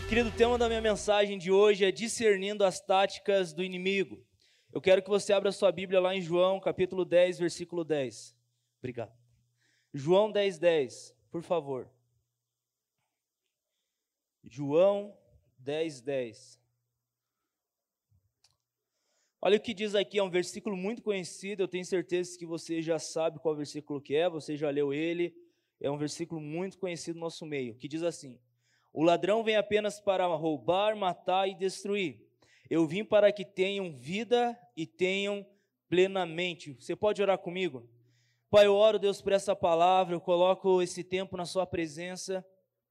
Querido, o tema da minha mensagem de hoje é discernindo as táticas do inimigo. Eu quero que você abra sua Bíblia lá em João, capítulo 10, versículo 10. Obrigado. João 10, 10, por favor. João 10, 10. Olha o que diz aqui, é um versículo muito conhecido, eu tenho certeza que você já sabe qual versículo que é, você já leu ele, é um versículo muito conhecido no nosso meio, que diz assim: o ladrão vem apenas para roubar, matar e destruir. Eu vim para que tenham vida e tenham plenamente. Você pode orar comigo? Pai, eu oro, Deus, por essa palavra, eu coloco esse tempo na sua presença.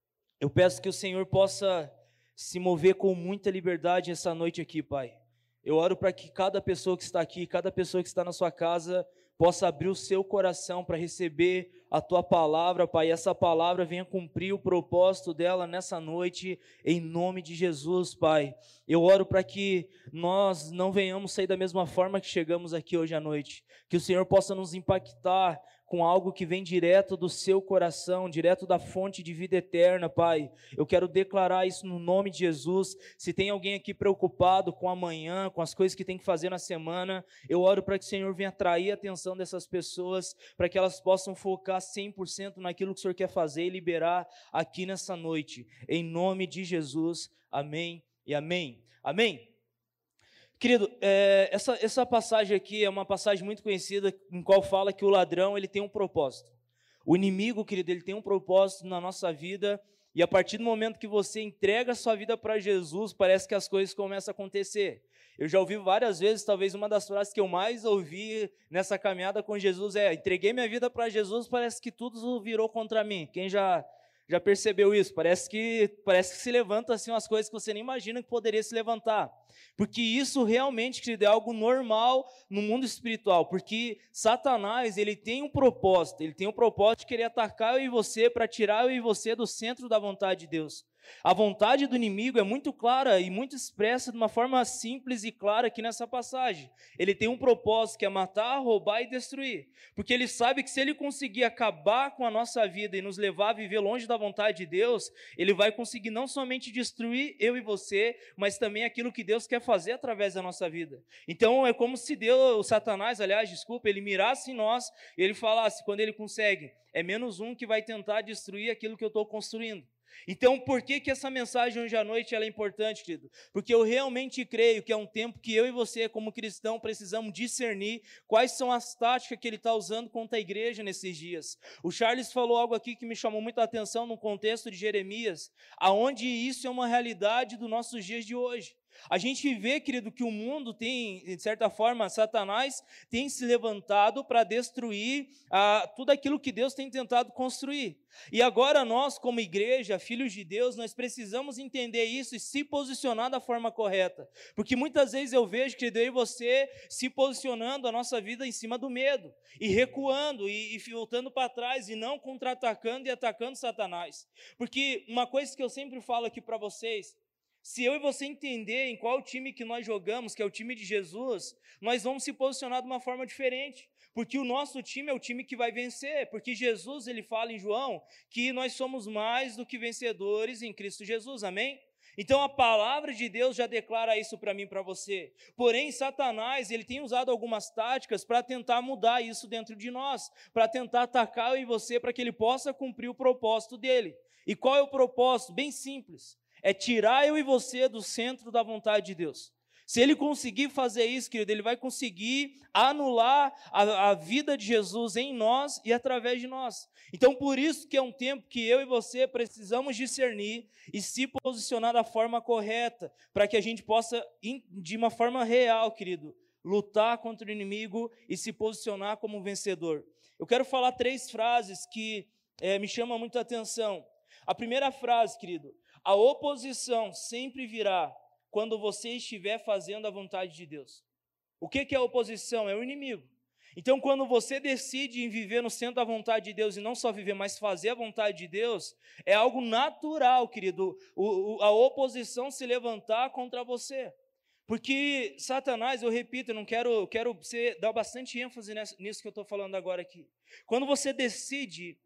Eu peço que o Senhor possa se mover com muita liberdade essa noite aqui, Pai. Eu oro para que cada pessoa que está aqui, cada pessoa que está na sua casa, possa abrir o seu coração para receber a Tua palavra, Pai, e essa palavra venha cumprir o propósito dela nessa noite, em nome de Jesus, Pai. Eu oro para que nós não venhamos sair da mesma forma que chegamos aqui hoje à noite, que o Senhor possa nos impactar com algo que vem direto do seu coração, direto da fonte de vida eterna, Pai. Eu quero declarar isso no nome de Jesus. Se tem alguém aqui preocupado com amanhã, com as coisas que tem que fazer na semana, eu oro para que o Senhor venha atrair a atenção dessas pessoas, para que elas possam focar 100% naquilo que o Senhor quer fazer e liberar aqui nessa noite. Em nome de Jesus, amém e amém. Amém? Querido, essa passagem aqui é uma passagem muito conhecida, em qual fala que o ladrão ele tem um propósito. O inimigo, querido, ele tem um propósito na nossa vida, e a partir do momento que você entrega a sua vida para Jesus, parece que as coisas começam a acontecer. Eu já ouvi várias vezes, talvez uma das frases que eu mais ouvi nessa caminhada com Jesus é: entreguei minha vida para Jesus, parece que tudo virou contra mim. Quem já percebeu isso? Parece que se levanta assim umas coisas que você nem imagina que poderia se levantar. Porque isso realmente, querido, é algo normal no mundo espiritual. Porque Satanás, ele tem um propósito de querer atacar eu e você, para tirar eu e você do centro da vontade de Deus. A vontade do inimigo é muito clara e muito expressa de uma forma simples e clara aqui nessa passagem. Ele tem um propósito que é matar, roubar e destruir. Porque ele sabe que se ele conseguir acabar com a nossa vida e nos levar a viver longe da vontade de Deus, ele vai conseguir não somente destruir eu e você, mas também aquilo que Deus quer fazer através da nossa vida. Então é como se Deus, o Satanás, ele mirasse em nós e ele falasse, quando ele consegue, é menos um que vai tentar destruir aquilo que eu estou construindo. Então, por que essa mensagem hoje à noite ela é importante, querido? Porque eu realmente creio que é um tempo que eu e você, como cristão, precisamos discernir quais são as táticas que ele está usando contra a igreja nesses dias. O Charles falou algo aqui que me chamou muita atenção no contexto de Jeremias, aonde isso é uma realidade dos nossos dias de hoje. A gente vê, querido, que o mundo tem, de certa forma, Satanás tem se levantado para destruir tudo aquilo que Deus tem tentado construir. E agora nós, como igreja, filhos de Deus, nós precisamos entender isso e se posicionar da forma correta. Porque muitas vezes eu vejo, querido, eu e você se posicionando a nossa vida em cima do medo, e recuando, e voltando para trás, e não contra-atacando e atacando Satanás. Porque uma coisa que eu sempre falo aqui para vocês, se eu e você entender em qual time que nós jogamos, que é o time de Jesus, nós vamos se posicionar de uma forma diferente, porque o nosso time é o time que vai vencer, porque Jesus, ele fala em João, que nós somos mais do que vencedores em Cristo Jesus, amém? Então a palavra de Deus já declara isso para mim e para você. Porém, Satanás, ele tem usado algumas táticas para tentar mudar isso dentro de nós, para tentar atacar eu e você, para que ele possa cumprir o propósito dele. E qual é o propósito? Bem simples. É tirar eu e você do centro da vontade de Deus. Se ele conseguir fazer isso, querido, ele vai conseguir anular a vida de Jesus em nós e através de nós. Então, por isso que é um tempo que eu e você precisamos discernir e se posicionar da forma correta, para que a gente possa, de uma forma real, querido, lutar contra o inimigo e se posicionar como vencedor. Eu quero falar 3 frases que me chamam muito a atenção. A primeira frase, querido: a oposição sempre virá quando você estiver fazendo a vontade de Deus. O que é a oposição? É o inimigo. Então, quando você decide em viver no centro da vontade de Deus, e não só viver, mas fazer a vontade de Deus, é algo natural, querido, a oposição se levantar contra você. Porque Satanás, eu repito, eu não quero dar bastante ênfase nisso que eu estou falando agora aqui. Quando você decide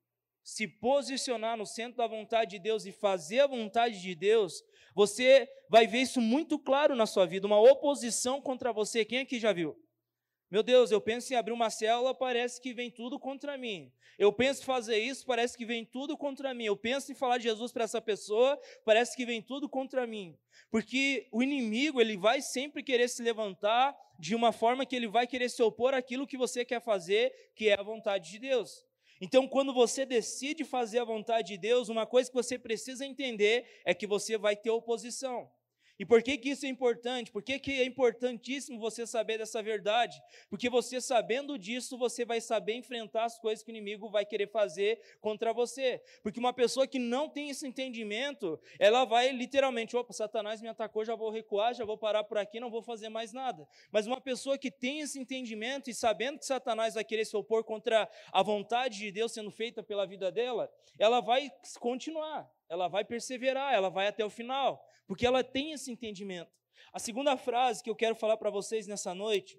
se posicionar no centro da vontade de Deus e fazer a vontade de Deus, você vai ver isso muito claro na sua vida, uma oposição contra você. Quem aqui já viu? Meu Deus, eu penso em abrir uma célula, parece que vem tudo contra mim. Eu penso em fazer isso, parece que vem tudo contra mim. Eu penso em falar de Jesus para essa pessoa, parece que vem tudo contra mim. Porque o inimigo, ele vai sempre querer se levantar de uma forma que ele vai querer se opor àquilo que você quer fazer, que é a vontade de Deus. Então, quando você decide fazer a vontade de Deus, uma coisa que você precisa entender é que você vai ter oposição. E por que isso é importante? Por que é importantíssimo você saber dessa verdade? Porque você sabendo disso, você vai saber enfrentar as coisas que o inimigo vai querer fazer contra você. Porque uma pessoa que não tem esse entendimento, ela vai literalmente, opa, Satanás me atacou, já vou recuar, já vou parar por aqui, não vou fazer mais nada. Mas uma pessoa que tem esse entendimento e sabendo que Satanás vai querer se opor contra a vontade de Deus sendo feita pela vida dela, ela vai continuar, ela vai perseverar, ela vai até o final. Porque ela tem esse entendimento. A segunda frase que eu quero falar para vocês nessa noite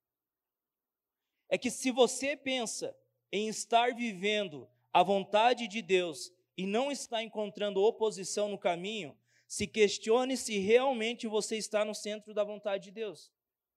é que se você pensa em estar vivendo a vontade de Deus e não está encontrando oposição no caminho, se questione se realmente você está no centro da vontade de Deus.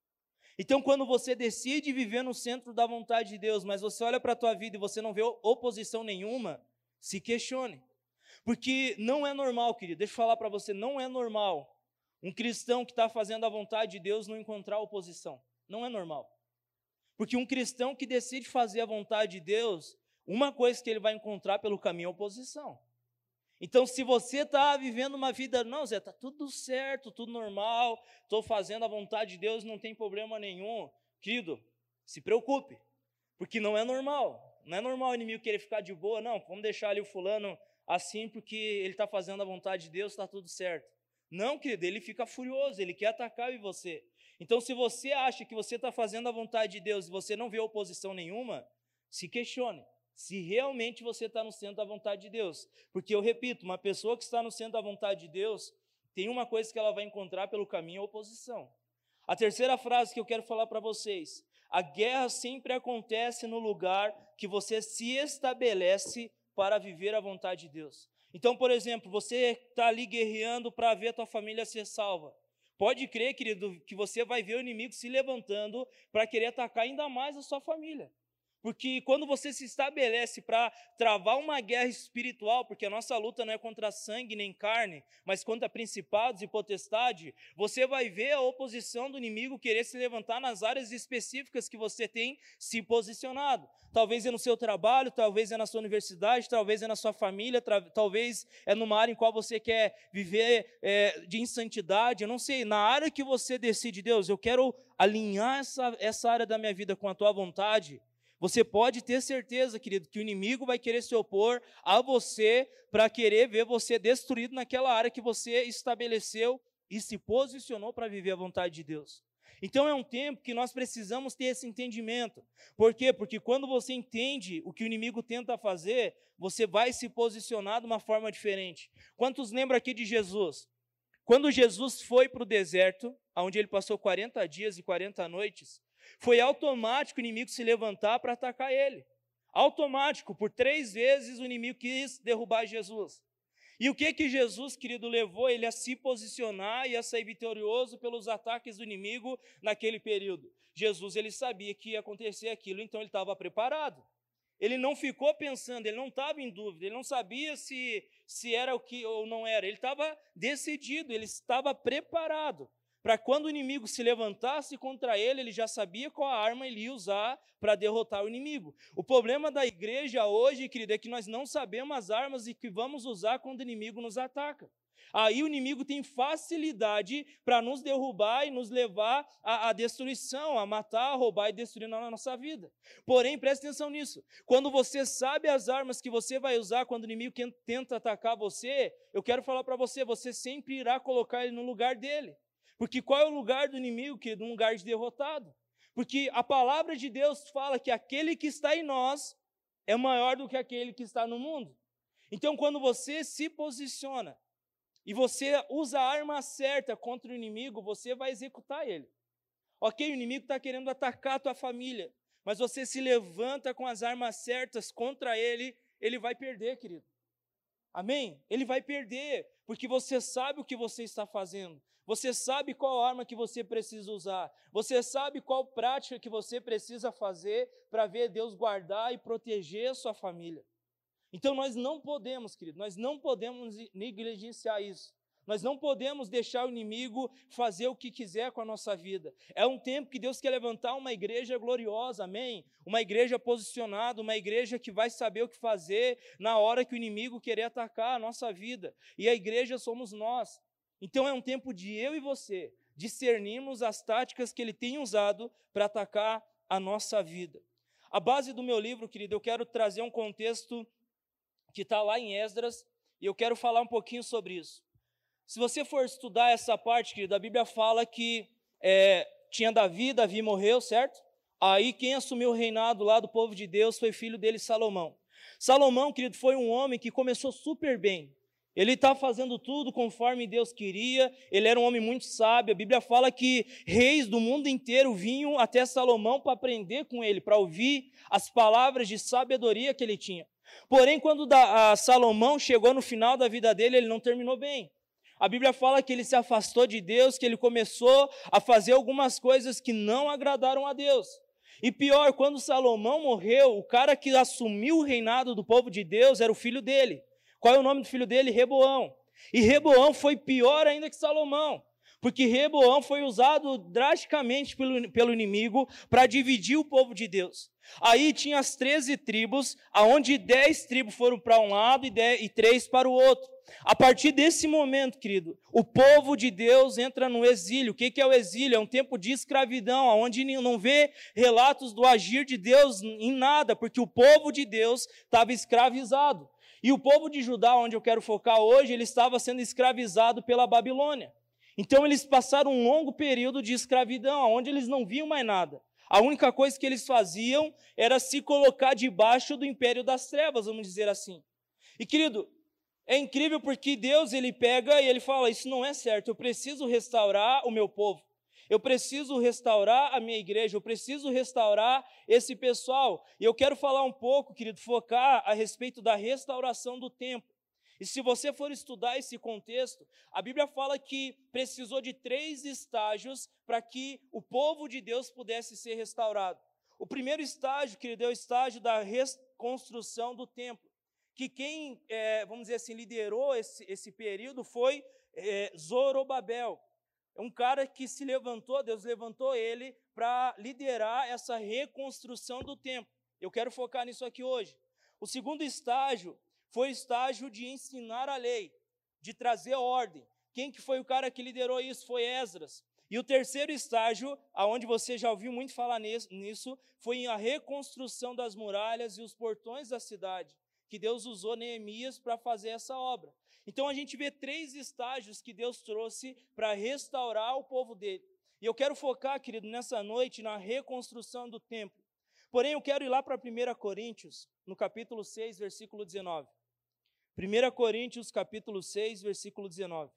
Então, quando você decide viver no centro da vontade de Deus, mas você olha para a tua vida e você não vê oposição nenhuma, se questione. Porque não é normal, querido, deixa eu falar para você, não é normal um cristão que está fazendo a vontade de Deus não encontrar oposição. Não é normal. Porque um cristão que decide fazer a vontade de Deus, uma coisa que ele vai encontrar pelo caminho é oposição. Então, se você está vivendo uma vida, não, Zé, está tudo certo, tudo normal, estou fazendo a vontade de Deus, não tem problema nenhum, querido, se preocupe, porque não é normal. Não é normal o inimigo querer ficar de boa, não, vamos deixar ali o fulano assim porque ele está fazendo a vontade de Deus, está tudo certo. Não, querido, ele fica furioso, ele quer atacar você. Então, se você acha que você está fazendo a vontade de Deus e você não vê oposição nenhuma, se questione se realmente você está no centro da vontade de Deus. Porque eu repito, uma pessoa que está no centro da vontade de Deus, tem uma coisa que ela vai encontrar pelo caminho, a oposição. A terceira frase que eu quero falar para vocês: a guerra sempre acontece no lugar que você se estabelece para viver a vontade de Deus. Então, por exemplo, você está ali guerreando para ver a tua família ser salva. Pode crer, querido, que você vai ver o inimigo se levantando para querer atacar ainda mais a sua família. Porque quando você se estabelece para travar uma guerra espiritual, porque a nossa luta não é contra sangue nem carne, mas contra principados e potestade, você vai ver a oposição do inimigo querer se levantar nas áreas específicas que você tem se posicionado. Talvez é no seu trabalho, talvez é na sua universidade, talvez é na sua família, talvez é numa área em qual você quer viver de insantidade, eu não sei, na área que você decide, Deus, eu quero alinhar essa área da minha vida com a tua vontade. Você pode ter certeza, querido, que o inimigo vai querer se opor a você para querer ver você destruído naquela área que você estabeleceu e se posicionou para viver a vontade de Deus. Então é um tempo que nós precisamos ter esse entendimento. Por quê? Porque quando você entende o que o inimigo tenta fazer, você vai se posicionar de uma forma diferente. Quantos lembram aqui de Jesus? Quando Jesus foi para o deserto, onde ele passou 40 dias e 40 noites, foi automático o inimigo se levantar para atacar ele. Automático, por 3 vezes o inimigo quis derrubar Jesus. E o que Jesus, querido, levou ele a se posicionar e a sair vitorioso pelos ataques do inimigo naquele período? Jesus, ele sabia que ia acontecer aquilo, então ele estava preparado. Ele não ficou pensando, ele não estava em dúvida, ele não sabia se era o que ou não era. Ele estava decidido, ele estava preparado. Para quando o inimigo se levantasse contra ele, ele já sabia qual a arma ele ia usar para derrotar o inimigo. O problema da igreja hoje, querido, é que nós não sabemos as armas e que vamos usar quando o inimigo nos ataca. Aí o inimigo tem facilidade para nos derrubar e nos levar à destruição, a matar, a roubar e destruir na nossa vida. Porém, preste atenção nisso. Quando você sabe as armas que você vai usar quando o inimigo tenta atacar você, eu quero falar para você, você sempre irá colocar ele no lugar dele. Porque qual é o lugar do inimigo, querido? Um lugar de derrotado. Porque a palavra de Deus fala que aquele que está em nós é maior do que aquele que está no mundo. Então, quando você se posiciona e você usa a arma certa contra o inimigo, você vai executar ele. Ok, o inimigo está querendo atacar a tua família, mas você se levanta com as armas certas contra ele ele vai perder, querido. Amém? Ele vai perder, porque você sabe o que você está fazendo. Você sabe qual arma que você precisa usar. Você sabe qual prática que você precisa fazer para ver Deus guardar e proteger a sua família. Então nós não podemos, querido, nós não podemos negligenciar isso. Nós não podemos deixar o inimigo fazer o que quiser com a nossa vida. É um tempo que Deus quer levantar uma igreja gloriosa, amém? Uma igreja posicionada, uma igreja que vai saber o que fazer na hora que o inimigo querer atacar a nossa vida. E a igreja somos nós. Então é um tempo de eu e você discernirmos as táticas que ele tem usado para atacar a nossa vida. A base do meu livro, querido, eu quero trazer um contexto que está lá em Esdras, e eu quero falar um pouquinho sobre isso. Se você for estudar essa parte, querido, a Bíblia fala que tinha Davi morreu, certo? Aí quem assumiu o reinado lá do povo de Deus foi filho dele, Salomão. Salomão, querido, foi um homem que começou super bem. Ele estava fazendo tudo conforme Deus queria, ele era um homem muito sábio. A Bíblia fala que reis do mundo inteiro vinham até Salomão para aprender com ele, para ouvir as palavras de sabedoria que ele tinha. Porém, quando Salomão chegou no final da vida dele, ele não terminou bem. A Bíblia fala que ele se afastou de Deus, que ele começou a fazer algumas coisas que não agradaram a Deus. E pior, quando Salomão morreu, o cara que assumiu o reinado do povo de Deus era o filho dele. Qual é o nome do filho dele? Reboão. E Reboão foi pior ainda que Salomão, porque Reboão foi usado drasticamente pelo inimigo para dividir o povo de Deus. Aí tinha as 13 tribos, onde 10 tribos foram para um lado e 3 para o outro. A partir desse momento, querido, o povo de Deus entra no exílio. O que é o exílio? É um tempo de escravidão, onde não vê relatos do agir de Deus em nada, porque o povo de Deus estava escravizado. E o povo de Judá, onde eu quero focar hoje, ele estava sendo escravizado pela Babilônia. Então eles passaram um longo período de escravidão, onde eles não viam mais nada. A única coisa que eles faziam era se colocar debaixo do império das trevas, vamos dizer assim. E querido, é incrível porque Deus, ele pega e ele fala, isso não é certo, eu preciso restaurar o meu povo. Eu preciso restaurar a minha igreja, eu preciso restaurar esse pessoal. E eu quero falar um pouco, querido, focar a respeito da restauração do templo. E se você for estudar esse contexto, a Bíblia fala que precisou de 3 estágios para que o povo de Deus pudesse ser restaurado. O primeiro estágio, querido, é o estágio da reconstrução do templo. Que quem, vamos dizer assim, liderou esse período foi Zorobabel. É um cara que se levantou, Deus levantou ele para liderar essa reconstrução do templo. Eu quero focar nisso aqui hoje. O segundo estágio foi o estágio de ensinar a lei, de trazer ordem. Quem que foi o cara que liderou isso? Foi Esdras. E o terceiro estágio, aonde você já ouviu muito falar nisso, foi a reconstrução das muralhas e os portões da cidade, que Deus usou Neemias para fazer essa obra. Então a gente vê 3 estágios que Deus trouxe para restaurar o povo dele. E eu quero focar, querido, nessa noite na reconstrução do templo. Porém, eu quero ir lá para 1 Coríntios, no capítulo 6, versículo 19. 1 Coríntios, capítulo 6, versículo 19.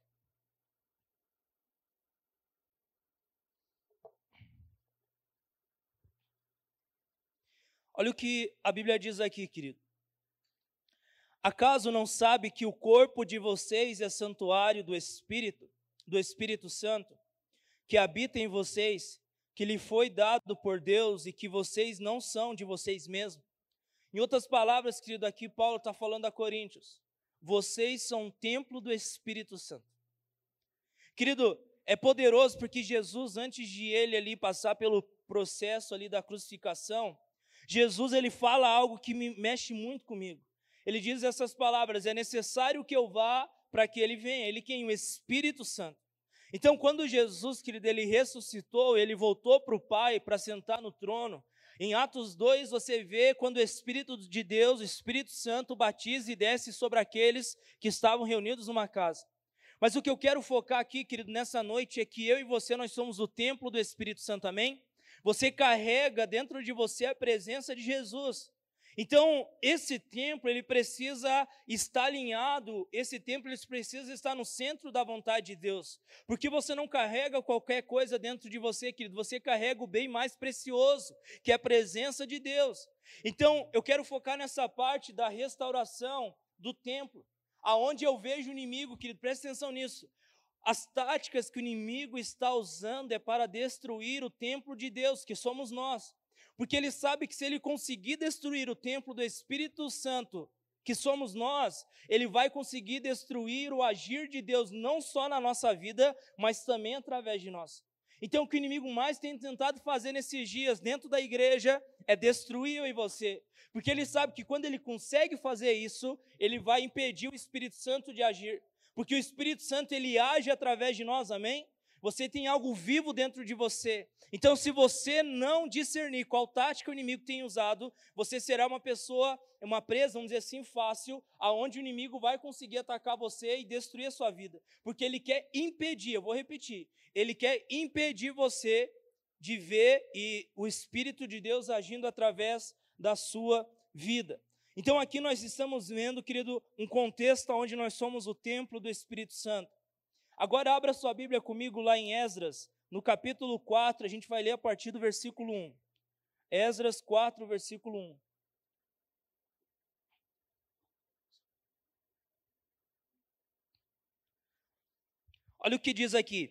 Olha o que a Bíblia diz aqui, querido. Acaso não sabe que o corpo de vocês é santuário do Espírito Santo, que habita em vocês, que lhe foi dado por Deus e que vocês não são de vocês mesmos? Em outras palavras, querido, aqui Paulo está falando a Coríntios. Vocês são um templo do Espírito Santo. Querido, é poderoso porque Jesus, antes de ele ali passar pelo processo ali da crucificação, Jesus ele fala algo que me mexe muito comigo. Ele diz essas palavras, é necessário que eu vá para que ele venha. Ele quem? O Espírito Santo. Então, quando Jesus, querido, ele ressuscitou, ele voltou para o Pai, para sentar no trono. Em Atos 2, você vê quando o Espírito de Deus, o Espírito Santo, batiza e desce sobre aqueles que estavam reunidos numa casa. Mas o que eu quero focar aqui, querido, nessa noite, é que eu e você, nós somos o templo do Espírito Santo, amém? Você carrega dentro de você a presença de Jesus. Então, esse templo, ele precisa estar alinhado, esse templo ele precisa estar no centro da vontade de Deus, porque você não carrega qualquer coisa dentro de você, querido, você carrega o bem mais precioso, que é a presença de Deus. Então, eu quero focar nessa parte da restauração do templo, aonde eu vejo o inimigo, querido, presta atenção nisso. As táticas que o inimigo está usando é para destruir o templo de Deus, que somos nós. Porque ele sabe que se ele conseguir destruir o templo do Espírito Santo, que somos nós, ele vai conseguir destruir o agir de Deus, não só na nossa vida, mas também através de nós. Então, o que o inimigo mais tem tentado fazer nesses dias, dentro da igreja, é destruir eu e você. Porque ele sabe que quando ele consegue fazer isso, ele vai impedir o Espírito Santo de agir. Porque o Espírito Santo, ele age através de nós, amém? Você tem algo vivo dentro de você. Então, se você não discernir qual tática o inimigo tem usado, você será uma pessoa, uma presa, vamos dizer assim, fácil, aonde o inimigo vai conseguir atacar você e destruir a sua vida. Porque ele quer impedir, eu vou repetir, ele quer impedir você de ver o Espírito de Deus agindo através da sua vida. Então, aqui nós estamos vendo, querido, um contexto onde nós somos o templo do Espírito Santo. Agora abra sua Bíblia comigo lá em Esdras, no capítulo 4, a gente vai ler a partir do versículo 1. Esdras 4, versículo 1. Olha o que diz aqui.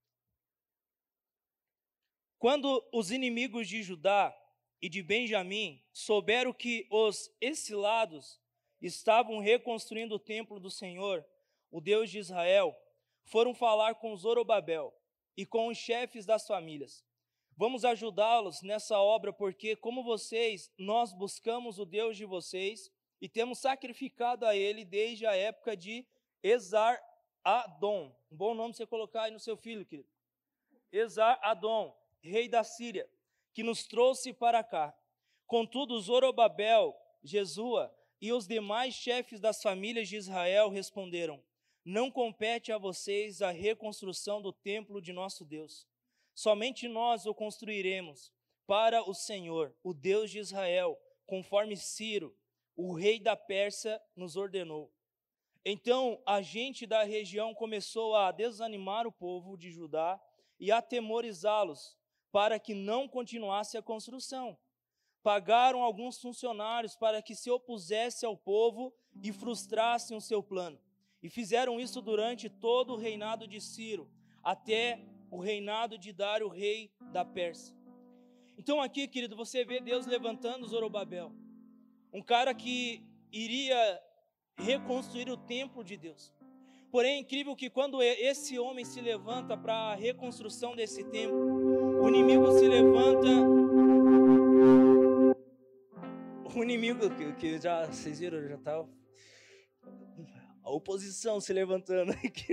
Quando os inimigos de Judá e de Benjamim souberam que os exilados estavam reconstruindo o templo do Senhor, o Deus de Israel, foram falar com Zorobabel e com os chefes das famílias. Vamos ajudá-los nessa obra, porque, como vocês, nós buscamos o Deus de vocês e temos sacrificado a Ele desde a época de Esar-Adom. Um bom nome você colocar aí no seu filho, querido. Esar-Adom, rei da Síria, que nos trouxe para cá. Contudo, Zorobabel, Jesua e os demais chefes das famílias de Israel responderam: não compete a vocês a reconstrução do templo de nosso Deus. Somente nós o construiremos para o Senhor, o Deus de Israel, conforme Ciro, o rei da Pérsia, nos ordenou. Então, a gente da região começou a desanimar o povo de Judá e atemorizá-los para que não continuasse a construção. Pagaram alguns funcionários para que se opusessem ao povo e frustrassem o seu plano. E fizeram isso durante todo o reinado de Ciro, até o reinado de Dário, rei da Pérsia. Então aqui, querido, você vê Deus levantando Zorobabel, um cara que iria reconstruir o templo de Deus. Porém, é incrível que quando esse homem se levanta para a reconstrução desse templo, o inimigo se levanta... O inimigo, que já, vocês viram, já está... A oposição se levantando aqui.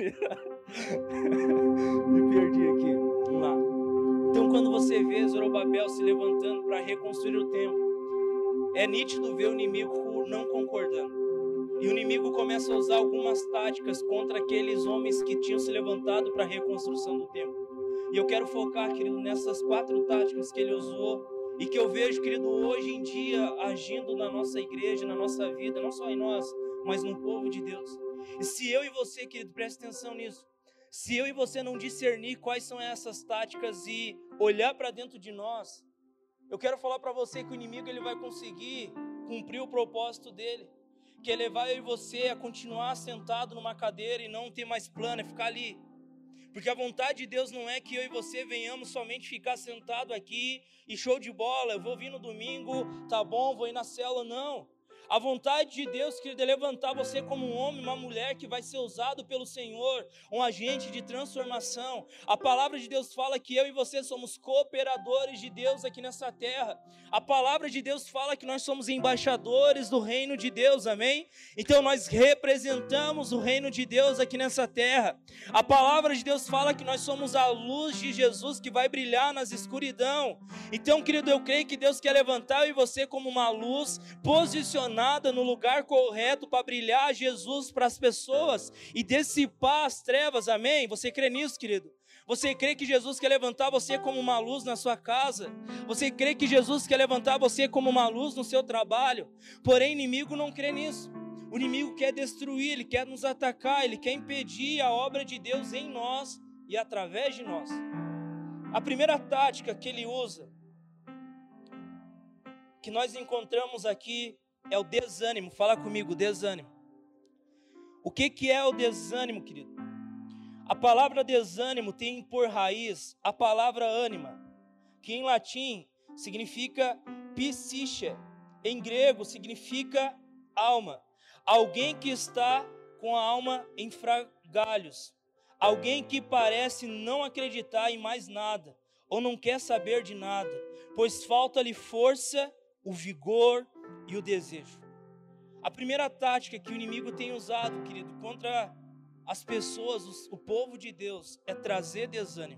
Me perdi aqui. Vamos lá. Então, quando você vê Zorobabel se levantando para reconstruir o templo, é nítido ver o inimigo não concordando. E o inimigo começa a usar algumas táticas contra aqueles homens que tinham se levantado para a reconstrução do templo. E eu quero focar, querido, nessas 4 táticas que ele usou e que eu vejo, querido, hoje em dia agindo na nossa igreja, na nossa vida, não só em nós, mas no povo de Deus. E se eu e você, querido, preste atenção nisso, se eu e você não discernir quais são essas táticas e olhar para dentro de nós, eu quero falar para você que o inimigo ele vai conseguir cumprir o propósito dele, que é levar eu e você a continuar sentado numa cadeira e não ter mais plano, é ficar ali. Porque a vontade de Deus não é que eu e você venhamos somente ficar sentado aqui e show de bola, eu vou vir no domingo, tá bom, vou ir na célula, não. A vontade de Deus, querido, é levantar você como um homem, uma mulher que vai ser usado pelo Senhor, um agente de transformação. A palavra de Deus fala que eu e você somos cooperadores de Deus aqui nessa terra. A palavra de Deus fala que nós somos embaixadores do reino de Deus, amém? Então nós representamos o reino de Deus aqui nessa terra. A palavra de Deus fala que nós somos a luz de Jesus que vai brilhar nas escuridão. Então, querido, eu creio que Deus quer levantar eu e você como uma luz posicionada no lugar correto para brilhar Jesus para as pessoas e dissipar as trevas, amém? Você crê nisso, querido? Você crê que Jesus quer levantar você como uma luz na sua casa? Você crê que Jesus quer levantar você como uma luz no seu trabalho? Porém, o inimigo não crê nisso. O inimigo quer destruir, ele quer nos atacar, ele quer impedir a obra de Deus em nós e através de nós. A primeira tática que ele usa, que nós encontramos aqui, é o desânimo. Fala comigo, desânimo. O que é o desânimo, querido? A palavra desânimo tem por raiz a palavra ânima, que em latim significa psiche, em grego significa alma. Alguém que está com a alma em frangalhos, alguém que parece não acreditar em mais nada, ou não quer saber de nada, pois falta-lhe força, o vigor e o desejo. A primeira tática que o inimigo tem usado, querido, contra as pessoas, o povo de Deus, é trazer desânimo.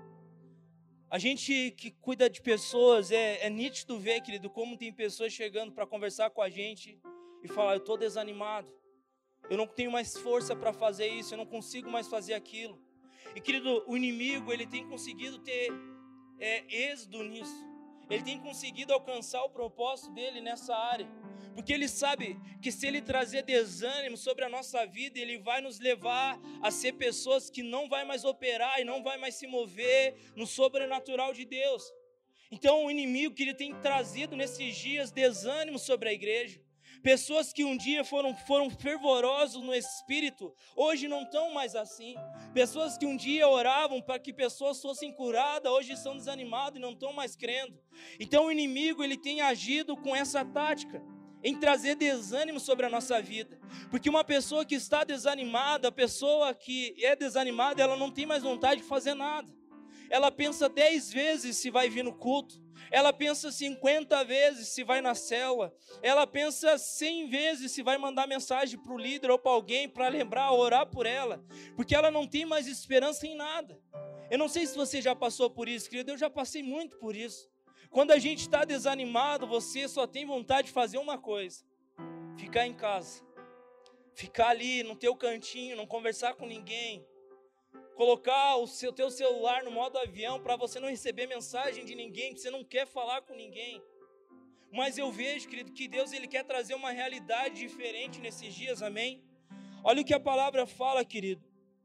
A gente que cuida de pessoas, é nítido ver, querido, como tem pessoas chegando para conversar com a gente e falar: eu estou desanimado, eu não tenho mais força para fazer isso, eu não consigo mais fazer aquilo. E, querido, o inimigo, ele tem conseguido ter êxito nisso. Ele tem conseguido alcançar o propósito dele nessa área. Porque ele sabe que se ele trazer desânimo sobre a nossa vida, ele vai nos levar a ser pessoas que não vai mais operar e não vai mais se mover no sobrenatural de Deus. Então o inimigo que ele tem trazido nesses dias desânimo sobre a igreja. Pessoas que um dia foram fervorosos no espírito, hoje não estão mais assim. Pessoas que um dia oravam para que pessoas fossem curadas, hoje estão desanimadas e não estão mais crendo. Então o inimigo ele tem agido com essa tática, em trazer desânimo sobre a nossa vida. Porque uma pessoa que está desanimada, a pessoa que é desanimada, ela não tem mais vontade de fazer nada. Ela pensa 10 vezes se vai vir no culto. Ela pensa 50 vezes se vai na célula. Ela pensa 100 vezes se vai mandar mensagem para o líder ou para alguém para lembrar, orar por ela. Porque ela não tem mais esperança em nada. Eu não sei se você já passou por isso, querido. Eu já passei muito por isso. Quando a gente está desanimado, você só tem vontade de fazer uma coisa: ficar em casa. Ficar ali no teu cantinho, não conversar com ninguém. Colocar o teu celular no modo avião para você não receber mensagem de ninguém, que você não quer falar com ninguém. Mas eu vejo, querido, que Deus ele quer trazer uma realidade diferente nesses dias, amém? Olha o que a palavra fala, querido.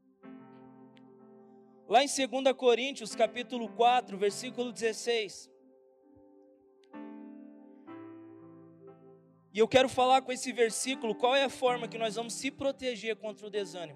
Lá em 2 Coríntios, capítulo 4, versículo 16. E eu quero falar com esse versículo qual é a forma que nós vamos se proteger contra o desânimo.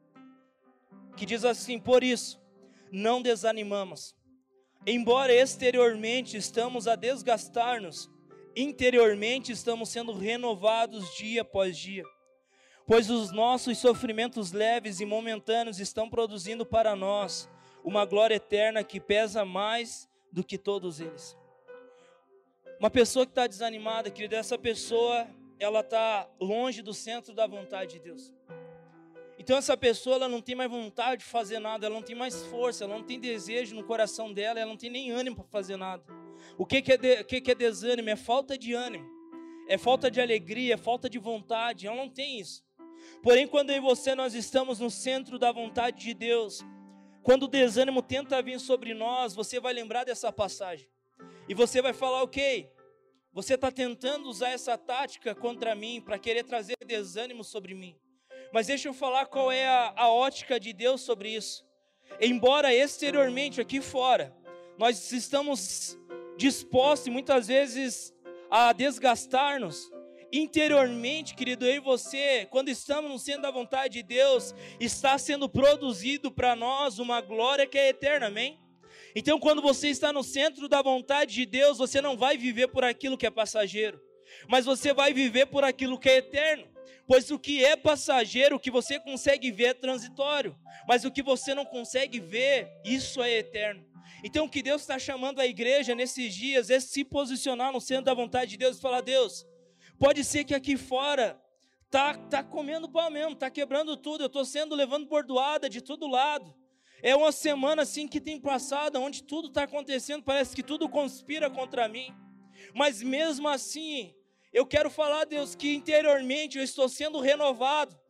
Que diz assim: por isso, não desanimamos. Embora exteriormente estamos a desgastar-nos, interiormente estamos sendo renovados dia após dia. Pois os nossos sofrimentos leves e momentâneos estão produzindo para nós uma glória eterna que pesa mais do que todos eles. Uma pessoa que está desanimada, querida, essa pessoa, ela está longe do centro da vontade de Deus. Então essa pessoa, ela não tem mais vontade de fazer nada, ela não tem mais força, ela não tem desejo no coração dela, ela não tem nem ânimo para fazer nada. O que é desânimo? É falta de ânimo, é falta de alegria, é falta de vontade, ela não tem isso. Porém, quando eu e você, nós estamos no centro da vontade de Deus, quando o desânimo tenta vir sobre nós, você vai lembrar dessa passagem. E você vai falar: ok, você está tentando usar essa tática contra mim, para querer trazer desânimo sobre mim. Mas deixa eu falar qual é a ótica de Deus sobre isso. Embora exteriormente, aqui fora, nós estamos dispostos muitas vezes a desgastar-nos, interiormente, querido, eu e você, quando estamos no centro da vontade de Deus, está sendo produzido para nós uma glória que é eterna, amém? Então, quando você está no centro da vontade de Deus, você não vai viver por aquilo que é passageiro, mas você vai viver por aquilo que é eterno. Pois o que é passageiro, o que você consegue ver é transitório, mas o que você não consegue ver, isso é eterno. Então o que Deus está chamando a igreja nesses dias é se posicionar no centro da vontade de Deus e falar: Deus, pode ser que aqui fora tá comendo pau mesmo, tá quebrando tudo, eu estou sendo levando bordoada de todo lado. É uma semana assim que tem passado, onde tudo está acontecendo, parece que tudo conspira contra mim. Mas mesmo assim, eu quero falar, Deus, que interiormente eu estou sendo renovado.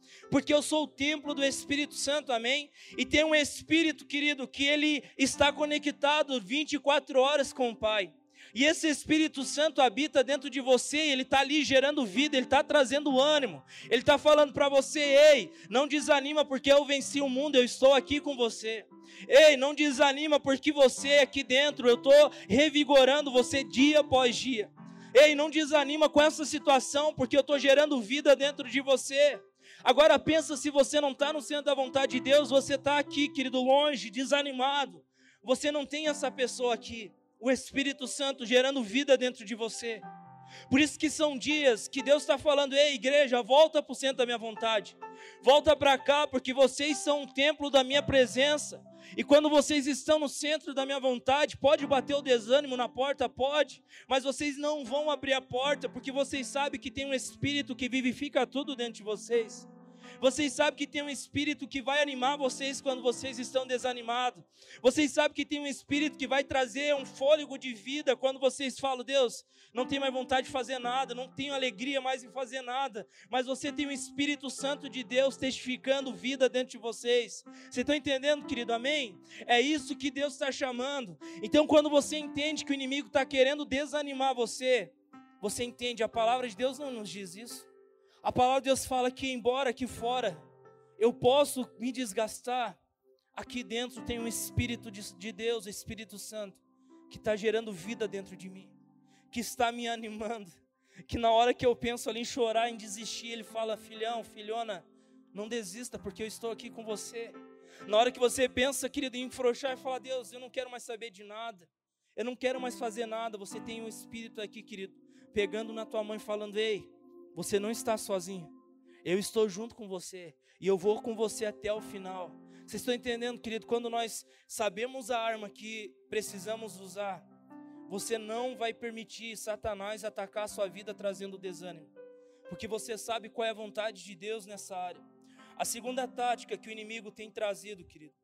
porque eu sou o templo do Espírito Santo, amém? E tem um Espírito, querido, que ele está conectado 24 horas com o Pai. E esse Espírito Santo habita dentro de você, ele está ali gerando vida, ele está trazendo ânimo, ele está falando para você: ei, não desanima porque eu venci o mundo, eu estou aqui com você. Ei, não desanima porque você aqui dentro, eu estou revigorando você dia após dia. Ei, não desanima com essa situação porque eu estou gerando vida dentro de você. Agora pensa, se você não está no centro da vontade de Deus, você está aqui, querido, longe, desanimado. Você não tem essa pessoa aqui, o Espírito Santo gerando vida dentro de você. Por isso que são dias que Deus está falando: ei, igreja, volta para o centro da minha vontade. Volta para cá, porque vocês são um templo da minha presença. E quando vocês estão no centro da minha vontade, pode bater o desânimo na porta, pode, mas vocês não vão abrir a porta, porque vocês sabem que tem um Espírito que vivifica tudo dentro de vocês. Vocês sabem que tem um Espírito que vai animar vocês quando vocês estão desanimados. Vocês sabem que tem um Espírito que vai trazer um fôlego de vida quando vocês falam: Deus, não tenho mais vontade de fazer nada, não tenho alegria mais em fazer nada. Mas você tem o Espírito Santo de Deus testificando vida dentro de vocês. Você está entendendo, querido? Amém? É isso que Deus está chamando. Então, quando você entende que o inimigo está querendo desanimar você, você entende, a palavra de Deus não nos diz isso. A palavra de Deus fala que, embora aqui fora eu posso me desgastar, aqui dentro tem um Espírito de Deus, o Espírito Santo, que está gerando vida dentro de mim, que está me animando, que na hora que eu penso ali em chorar, em desistir, Ele fala: filhão, filhona, não desista, porque eu estou aqui com você. Na hora que você pensa, querido, em afrouxar e falar: Deus, eu não quero mais saber de nada, eu não quero mais fazer nada, você tem um Espírito aqui, querido, pegando na tua mão e falando: ei, você não está sozinho, eu estou junto com você, e eu vou com você até o final. Vocês estão entendendo, querido? Quando nós sabemos a arma que precisamos usar, você não vai permitir Satanás atacar a sua vida trazendo desânimo, porque você sabe qual é a vontade de Deus nessa área. A segunda tática que o inimigo tem trazido, querido,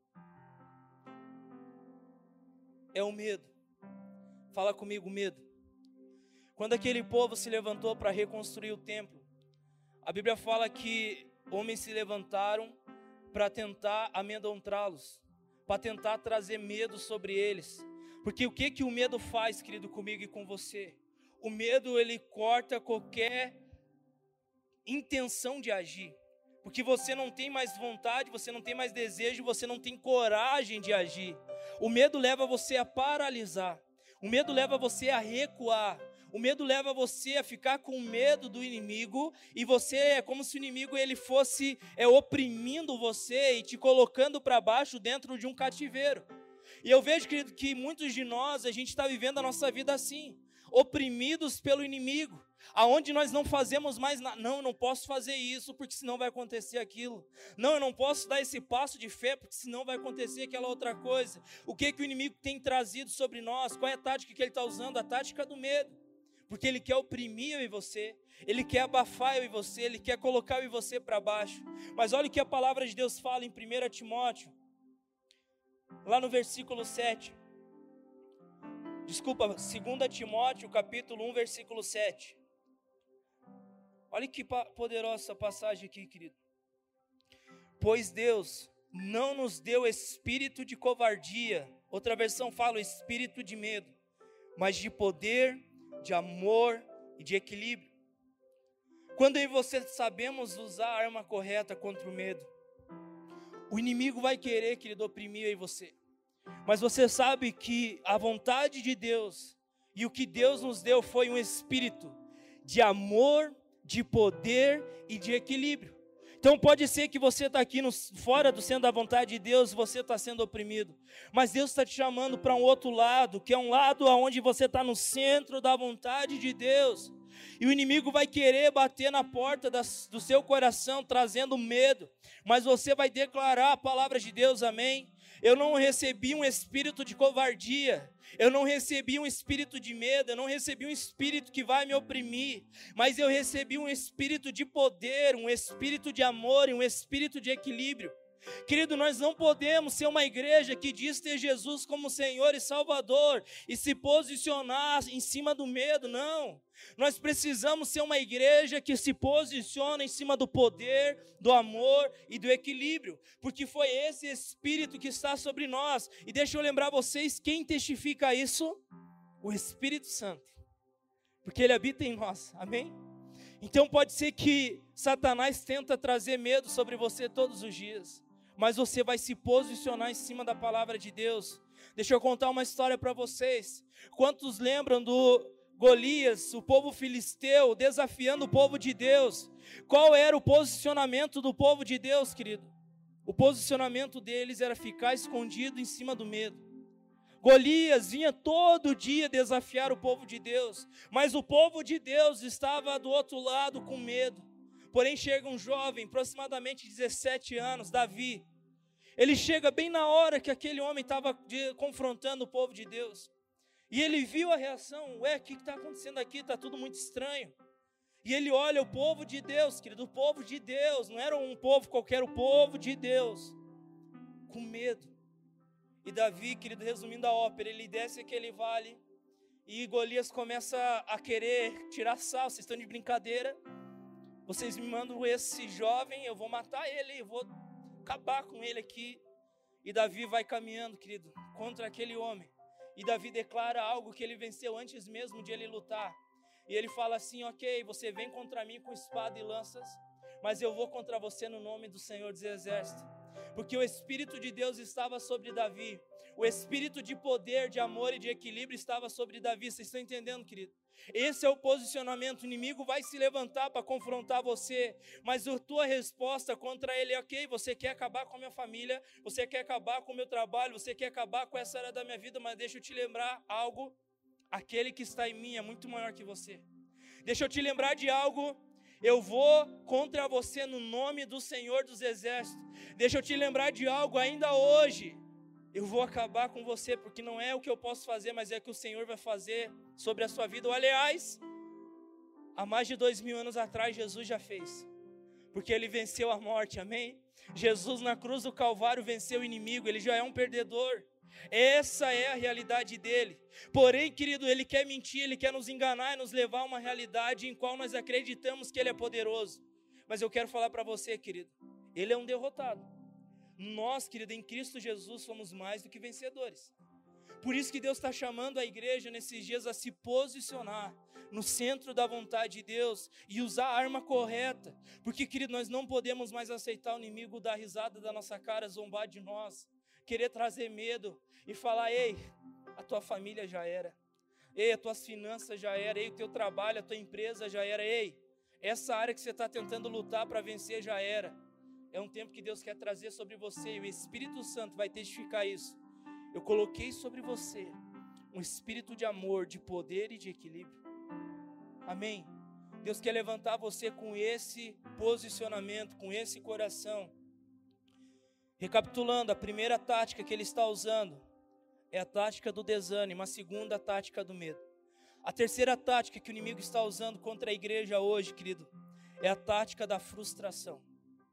é o medo. Fala comigo, medo. Quando aquele povo se levantou para reconstruir o templo, a Bíblia fala que homens se levantaram para tentar amedrontá-los, para tentar trazer medo sobre eles. Porque o que o medo faz, querido, comigo e com você? O medo, ele corta qualquer intenção de agir. Porque você não tem mais vontade, você não tem mais desejo, você não tem coragem de agir. O medo leva você a paralisar. O medo leva você a recuar. O medo leva você a ficar com medo do inimigo, e você é como se o inimigo ele fosse oprimindo você e te colocando para baixo dentro de um cativeiro. E eu vejo, querido, que muitos de nós, a gente está vivendo a nossa vida assim, oprimidos pelo inimigo, aonde nós não fazemos mais nada. Não, eu não posso fazer isso, porque senão vai acontecer aquilo. Não, eu não posso dar esse passo de fé, porque senão vai acontecer aquela outra coisa. O que o inimigo tem trazido sobre nós? Qual é a tática que ele está usando? A tática do medo. Porque ele quer oprimir eu e você, ele quer abafar eu e você, ele quer colocar eu e você para baixo. Mas olha o que a palavra de Deus fala em 1 Timóteo, lá no versículo 7. Desculpa, 2 Timóteo, capítulo 1, versículo 7. Olha que poderosa essa passagem aqui, querido. Pois Deus não nos deu espírito de covardia, outra versão fala espírito de medo, mas de poder, de amor e de equilíbrio. Quando eu e você sabemos usar a arma correta contra o medo, o inimigo vai querer, querido, oprimir eu e você. Mas você sabe que a vontade de Deus e o que Deus nos deu foi um espírito de amor, de poder e de equilíbrio. Então pode ser que você está aqui fora do centro da vontade de Deus, você está sendo oprimido, mas Deus está te chamando para um outro lado, que é um lado onde você está no centro da vontade de Deus, e o inimigo vai querer bater na porta do seu coração, trazendo medo, mas você vai declarar a palavra de Deus, amém? Eu não recebi um espírito de covardia, eu não recebi um espírito de medo, eu não recebi um espírito que vai me oprimir, mas eu recebi um espírito de poder, um espírito de amor e um espírito de equilíbrio. Querido, nós não podemos ser uma igreja que diz ter Jesus como Senhor e Salvador e se posicionar em cima do medo, não. Nós precisamos ser uma igreja que se posiciona em cima do poder, do amor e do equilíbrio, porque foi esse Espírito que está sobre nós. E deixa eu lembrar vocês, quem testifica isso? O Espírito Santo, porque Ele habita em nós, amém? Então pode ser que Satanás tenta trazer medo sobre você todos os dias, mas você vai se posicionar em cima da palavra de Deus. Deixa eu contar uma história para vocês. Quantos lembram do Golias, o povo filisteu, desafiando o povo de Deus? Qual era o posicionamento do povo de Deus, querido? O posicionamento deles era ficar escondido em cima do medo. Golias vinha todo dia desafiar o povo de Deus, mas o povo de Deus estava do outro lado com medo. Porém chega um jovem, aproximadamente 17 anos, Davi. Ele chega bem na hora que aquele homem estava confrontando o povo de Deus. E ele viu a reação, o que está acontecendo aqui? Está tudo muito estranho. E ele olha o povo de Deus, querido, o povo de Deus, não era um povo qualquer, o povo de Deus, com medo. E Davi, querido, resumindo a ópera, ele desce aquele vale e Golias começa a querer tirar sal. Vocês estão de brincadeira? Vocês me mandam esse jovem, eu vou matar ele, eu vou acabar com ele aqui. E Davi vai caminhando, querido, contra aquele homem. E Davi declara algo que ele venceu antes mesmo de ele lutar. E ele fala assim, ok, você vem contra mim com espada e lanças, mas eu vou contra você no nome do Senhor dos Exércitos. Porque o Espírito de Deus estava sobre Davi. O Espírito de poder, de amor e de equilíbrio estava sobre Davi. Vocês estão entendendo, querido? Esse é o posicionamento. O inimigo vai se levantar para confrontar você, mas a tua resposta contra ele é, ok, você quer acabar com a minha família, você quer acabar com o meu trabalho, você quer acabar com essa área da minha vida, mas deixa eu te lembrar algo, aquele que está em mim é muito maior que você. Deixa eu te lembrar de algo, eu vou contra você no nome do Senhor dos Exércitos. Deixa eu te lembrar de algo ainda hoje. Eu vou acabar com você, porque não é o que eu posso fazer, mas é o que o Senhor vai fazer sobre a sua vida. Ou, aliás, há mais de 2000 anos atrás, Jesus já fez, porque Ele venceu a morte, amém? Jesus na cruz do Calvário venceu o inimigo, Ele já é um perdedor. Essa é a realidade dele. Porém, querido, ele quer mentir, ele quer nos enganar e nos levar a uma realidade em qual nós acreditamos que ele é poderoso. Mas eu quero falar para você, querido, ele é um derrotado. Nós, querido, em Cristo Jesus somos mais do que vencedores. Por isso que Deus está chamando a igreja nesses dias a se posicionar no centro da vontade de Deus e usar a arma correta. Porque, querido, nós não podemos mais aceitar o inimigo dar risada da nossa cara, zombar de nós, querer trazer medo e falar, ei, a tua família já era, ei, as tuas finanças já era, ei, o teu trabalho, a tua empresa já era, ei, essa área que você está tentando lutar para vencer já era. É um tempo que Deus quer trazer sobre você e o Espírito Santo vai testificar isso. Eu coloquei sobre você um espírito de amor, de poder e de equilíbrio. Amém? Deus quer levantar você com esse posicionamento, com esse coração. Recapitulando, a primeira tática que ele está usando é a tática do desânimo, a segunda a tática do medo. A terceira tática que o inimigo está usando contra a igreja hoje, querido, é a tática da frustração.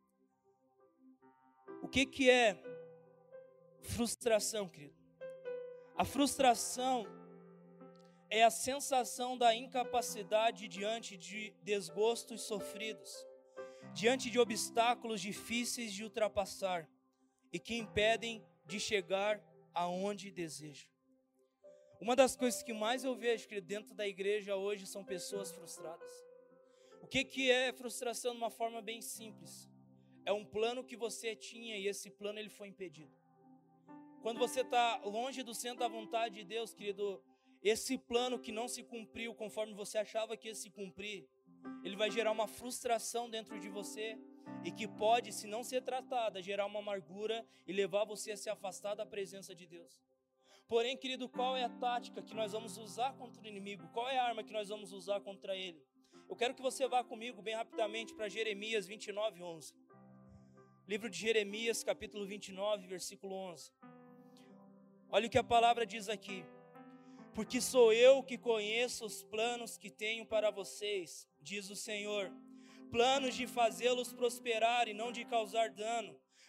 O que é frustração, querido? A frustração é a sensação da incapacidade diante de desgostos sofridos, diante de obstáculos difíceis de ultrapassar e que impedem de chegar aonde deseja. Uma das coisas que mais eu vejo, querido, dentro da igreja hoje são pessoas frustradas. O que é frustração de uma forma bem simples? É um plano que você tinha e esse plano ele foi impedido. Quando você está longe do centro da vontade de Deus, querido, esse plano que não se cumpriu conforme você achava que ia se cumprir, ele vai gerar uma frustração dentro de você e que pode, se não ser tratada, gerar uma amargura e levar você a se afastar da presença de Deus. Porém, querido, qual é a tática que nós vamos usar contra o inimigo? Qual é a arma que nós vamos usar contra ele? Eu quero que você vá comigo bem rapidamente para Jeremias 29, 11. Livro de Jeremias, capítulo 29, versículo 11. Olha o que a palavra diz aqui. Porque sou eu que conheço os planos que tenho para vocês, diz o Senhor. Planos de fazê-los prosperar e não de causar dano.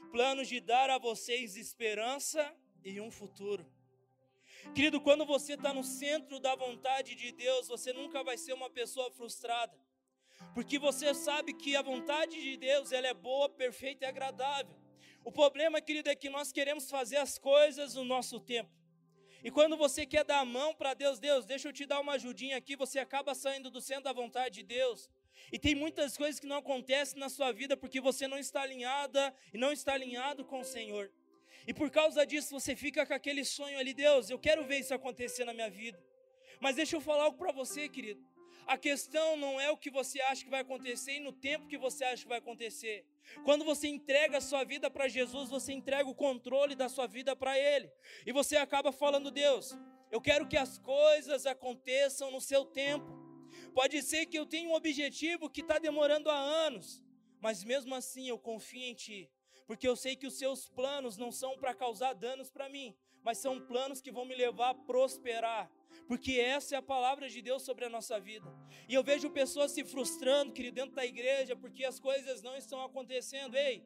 planos de dar a vocês esperança e um futuro. Querido, quando você está no centro da vontade de Deus, você nunca vai ser uma pessoa frustrada, porque você sabe que a vontade de Deus, ela é boa, perfeita e agradável. O problema, querido, é que nós queremos fazer as coisas no nosso tempo. E quando você quer dar a mão para Deus, Deus, deixa eu te dar uma ajudinha aqui, você acaba saindo do centro da vontade de Deus. E tem muitas coisas que não acontecem na sua vida porque você não está alinhada e não está alinhado com o Senhor. E por causa disso você fica com aquele sonho ali, Deus, eu quero ver isso acontecer na minha vida. Mas deixa eu falar algo para você, querido. A questão não é o que você acha que vai acontecer e no tempo que você acha que vai acontecer. Quando você entrega a sua vida para Jesus, você entrega o controle da sua vida para Ele. E você acaba falando, Deus, eu quero que as coisas aconteçam no seu tempo. Pode ser que eu tenha um objetivo que está demorando há anos, mas mesmo assim eu confio em Ti. Porque eu sei que os seus planos não são para causar danos para mim, mas são planos que vão me levar a prosperar. Porque essa é a palavra de Deus sobre a nossa vida. E eu vejo pessoas se frustrando, querido, dentro da igreja, porque as coisas não estão acontecendo. Ei,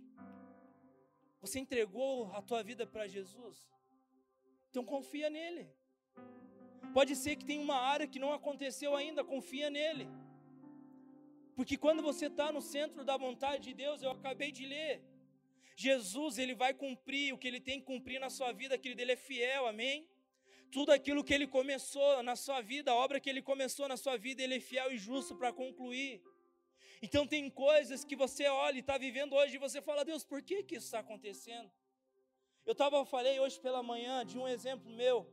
você entregou a tua vida para Jesus? Então confia nele. Pode ser que tenha uma área que não aconteceu ainda, confia nele. Porque quando você está no centro da vontade de Deus, eu acabei de ler, Jesus, ele vai cumprir o que ele tem que cumprir na sua vida, querido, ele é fiel, amém? Tudo aquilo que ele começou na sua vida, a obra que ele começou na sua vida, ele é fiel e justo para concluir. Então tem coisas que você olha e está vivendo hoje e você fala, Deus, por que isso está acontecendo? Falei hoje pela manhã de um exemplo meu.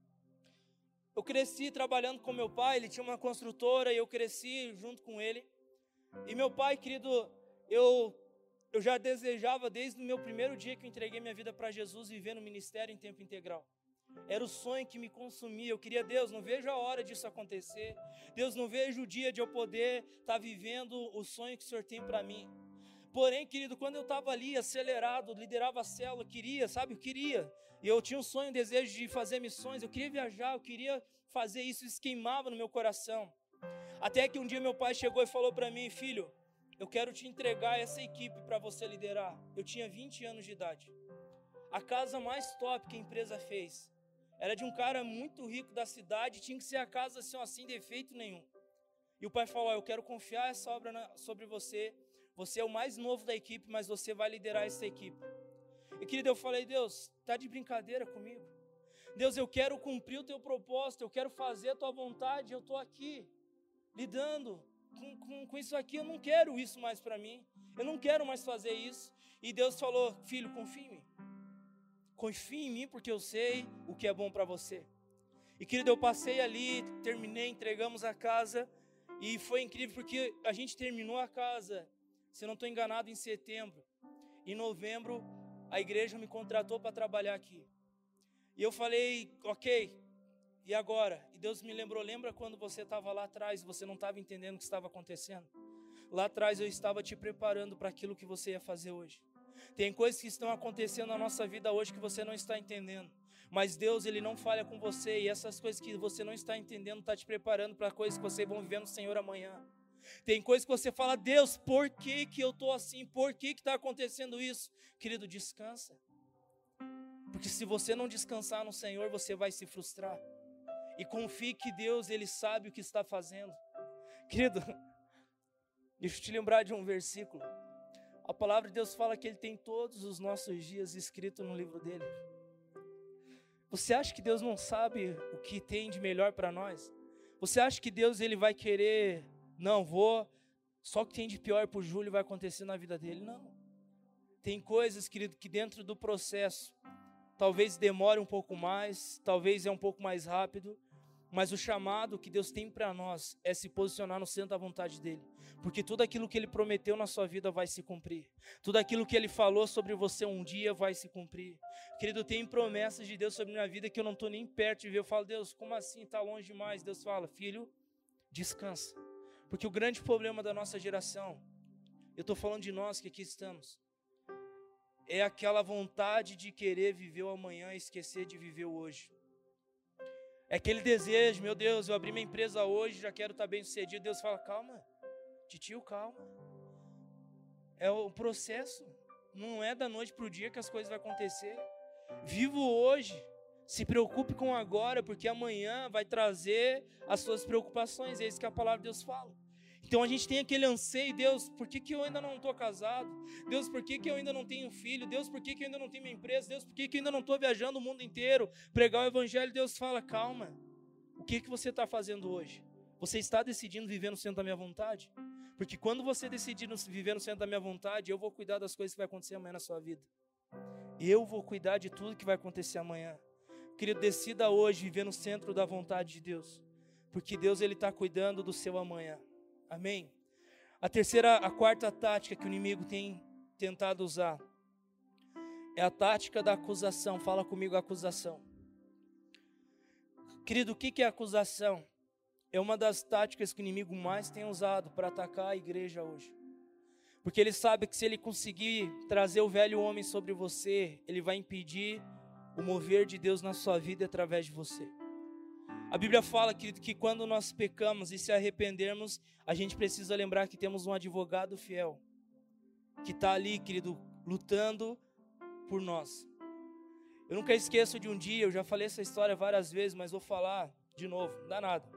Eu cresci trabalhando com meu pai, ele tinha uma construtora e eu cresci junto com ele. E meu pai, querido, eu já desejava desde o meu primeiro dia que eu entreguei minha vida para Jesus, viver no ministério em tempo integral. Era o sonho que me consumia. Eu queria, Deus, não vejo a hora disso acontecer. Deus, não vejo o dia de eu poder estar vivendo o sonho que o Senhor tem para mim. Porém, querido, quando eu estava ali acelerado, liderava a célula, eu queria. E eu tinha um sonho, um desejo de fazer missões, eu queria viajar, eu queria fazer isso, isso queimava no meu coração. Até que um dia meu pai chegou e falou para mim, filho, eu quero te entregar essa equipe para você liderar. Eu tinha 20 anos de idade. A casa mais top que a empresa fez era de um cara muito rico da cidade, tinha que ser a casa assim, sem defeito nenhum. E o pai falou, eu quero confiar essa obra sobre você. Você é o mais novo da equipe, mas você vai liderar essa equipe. E querido, eu falei, Deus, tá de brincadeira comigo? Deus, eu quero cumprir o teu propósito, eu quero fazer a tua vontade, eu estou aqui, lidando com isso aqui, eu não quero isso mais para mim, eu não quero mais fazer isso. E Deus falou, filho, confia em mim porque eu sei o que é bom para você. E querido, eu passei ali, terminei, entregamos a casa, e foi incrível porque a gente terminou a casa, se eu não estou enganado, em setembro. Em novembro, a igreja me contratou para trabalhar aqui. E eu falei, ok, e agora? E Deus me lembrou, lembra quando você estava lá atrás e você não estava entendendo o que estava acontecendo? Lá atrás eu estava te preparando para aquilo que você ia fazer hoje. Tem coisas que estão acontecendo na nossa vida hoje que você não está entendendo. Mas Deus, Ele não falha com você. E essas coisas que você não está entendendo, está te preparando para coisas que vocês vão viver no Senhor amanhã. Tem coisas que você fala, Deus, por que eu estou assim? Por que está acontecendo isso? Querido, descansa. Porque se você não descansar no Senhor, você vai se frustrar. E confie que Deus, Ele sabe o que está fazendo. Querido, deixa eu te lembrar de um versículo. A palavra de Deus fala que Ele tem todos os nossos dias escritos no livro dEle. Você acha que Deus não sabe o que tem de melhor para nós? Você acha que Deus Ele vai querer, só o que tem de pior para o Júlio vai acontecer na vida dele? Não. Tem coisas, querido, que dentro do processo, talvez demore um pouco mais, talvez é um pouco mais rápido, mas o chamado que Deus tem para nós é se posicionar no centro da vontade dEle. Porque tudo aquilo que Ele prometeu na sua vida vai se cumprir. Tudo aquilo que Ele falou sobre você um dia vai se cumprir. Querido, tem promessas de Deus sobre a minha vida que eu não estou nem perto de ver. Eu falo, Deus, como assim? Está longe demais. Deus fala, filho, descansa. Porque o grande problema da nossa geração, eu estou falando de nós que aqui estamos, é aquela vontade de querer viver o amanhã e esquecer de viver o hoje. É aquele desejo, meu Deus, eu abri minha empresa hoje, já quero estar bem sucedido. Deus fala, calma, titio, calma. É o processo, Não é da noite para o dia que as coisas vão acontecer. Viva hoje. Se preocupe com agora, porque amanhã vai trazer as suas preocupações. É isso que a palavra de Deus fala. Então a gente tem aquele anseio, Deus, por que eu ainda não estou casado? Deus, por que eu ainda não tenho filho? Deus, por que eu ainda não tenho minha empresa? Deus, por que eu ainda não estou viajando o mundo inteiro? Pregar o evangelho, Deus fala, calma. O que você está fazendo hoje? Você está decidindo viver no centro da minha vontade? Porque quando você decidir viver no centro da minha vontade, eu vou cuidar das coisas que vai acontecer amanhã na sua vida. Eu vou cuidar de tudo que vai acontecer amanhã. Querido, decida hoje viver no centro da vontade de Deus. Porque Deus, Ele está cuidando do seu amanhã. Amém? A quarta tática que o inimigo tem tentado usar é a tática da acusação. Fala comigo, acusação. Querido, o que é acusação? É uma das táticas que o inimigo mais tem usado para atacar a igreja hoje. Porque ele sabe que se ele conseguir trazer o velho homem sobre você, ele vai impedir o mover de Deus na sua vida através de você. A Bíblia fala, querido, que quando nós pecamos e se arrependermos, a gente precisa lembrar que temos um advogado fiel, que está ali, querido, lutando por nós. Eu nunca esqueço de um dia, eu já falei essa história várias vezes, mas vou falar de novo, não dá nada.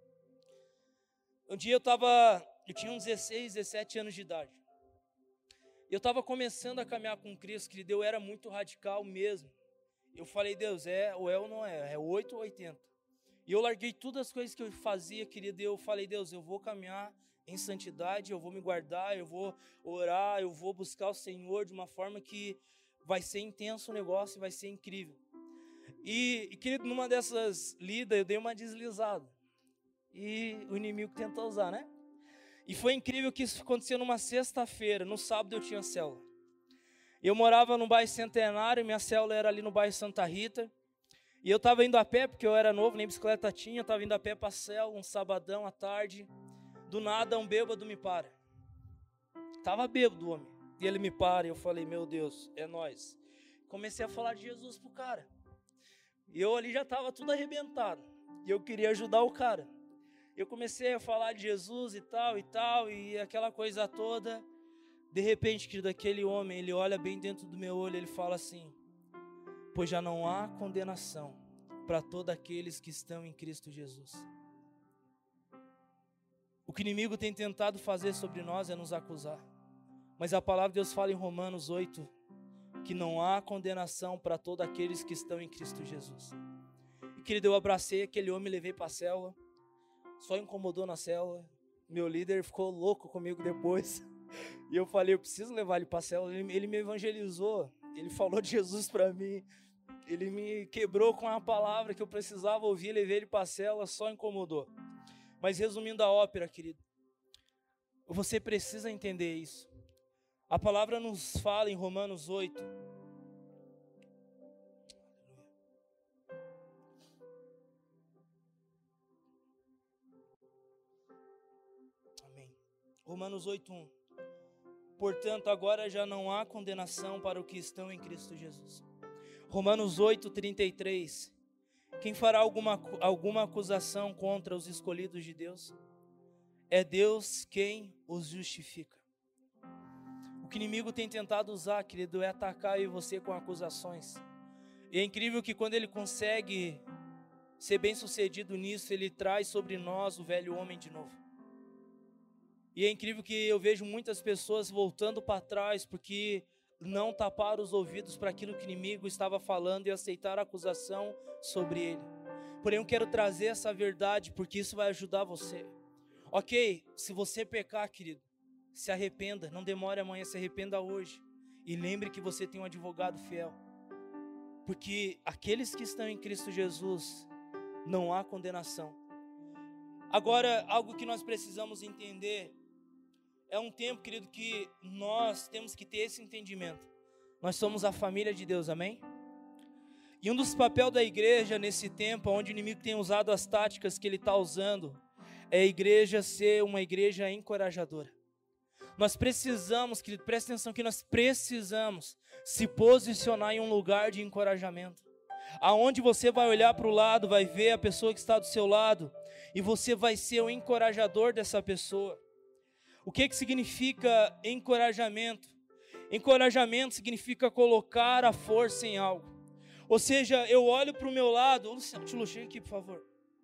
Um dia eu tinha uns 16, 17 anos de idade. Eu estava começando a caminhar com Cristo, querido, eu era muito radical mesmo. Eu falei, Deus, ou não é 8 ou 80. E eu larguei todas as coisas que eu fazia, querido, e eu falei, Deus, eu vou caminhar em santidade, eu vou me guardar, eu vou orar, eu vou buscar o Senhor de uma forma que vai ser intenso o negócio, vai ser incrível. E querido, numa dessas lidas, eu dei uma deslizada. E o inimigo tentou usar, né? E foi incrível que isso aconteceu numa sexta-feira, no sábado eu tinha célula. Eu morava no bairro Centenário, minha célula era ali no bairro Santa Rita. E eu estava indo a pé, porque eu era novo, nem bicicleta tinha, eu estava indo a pé para a célula, um sabadão à tarde. Do nada, um bêbado me para. Estava bêbado o homem. E ele me para, e eu falei, meu Deus, é nós. Comecei a falar de Jesus pro cara. E eu ali já estava tudo arrebentado. E eu queria ajudar o cara. Eu comecei a falar de Jesus e tal, e aquela coisa toda. De repente, querido, aquele homem, ele olha bem dentro do meu olho, ele fala assim, pois já não há condenação para todos aqueles que estão em Cristo Jesus. O que o inimigo tem tentado fazer sobre nós é nos acusar. Mas a palavra de Deus fala em Romanos 8, que não há condenação para todos aqueles que estão em Cristo Jesus. E querido, eu abracei aquele homem e levei para a célula. Só incomodou na célula. Meu líder ficou louco comigo depois. E eu falei, eu preciso levar ele para a célula. Ele me evangelizou. Ele falou de Jesus para mim. Ele me quebrou com a palavra que eu precisava ouvir. Levei ele para a célula, só incomodou. Mas resumindo a ópera, querido, você precisa entender isso. A palavra nos fala em Romanos 8. Amém. Romanos 8:1. Portanto, agora já não há condenação para os que estão em Cristo Jesus. Romanos 8:33. Quem fará alguma acusação contra os escolhidos de Deus? É Deus quem os justifica. O que o inimigo tem tentado usar, querido, é atacar eu e você com acusações. E é incrível que quando ele consegue ser bem sucedido nisso, ele traz sobre nós o velho homem de novo. E é incrível que eu vejo muitas pessoas voltando para trás porque não taparam os ouvidos para aquilo que o inimigo estava falando e aceitaram a acusação sobre ele. Porém, eu quero trazer essa verdade porque isso vai ajudar você. Ok, se você pecar, querido, se arrependa, não demore amanhã, se arrependa hoje. E lembre que você tem um advogado fiel. Porque aqueles que estão em Cristo Jesus, não há condenação. Agora, algo que nós precisamos entender, é um tempo, querido, que nós temos que ter esse entendimento. Nós somos a família de Deus, amém? E um dos papéis da igreja nesse tempo, onde o inimigo tem usado as táticas que ele está usando, é a igreja ser uma igreja encorajadora. Nós precisamos, querido, presta atenção que nós precisamos se posicionar em um lugar de encorajamento. Aonde você vai olhar para o lado, vai ver a pessoa que está do seu lado, e você vai ser o encorajador dessa pessoa. O que significa encorajamento? Encorajamento significa colocar a força em algo. Ou seja, eu olho para o meu lado, Luciano, Tilo, chega aqui, por favor.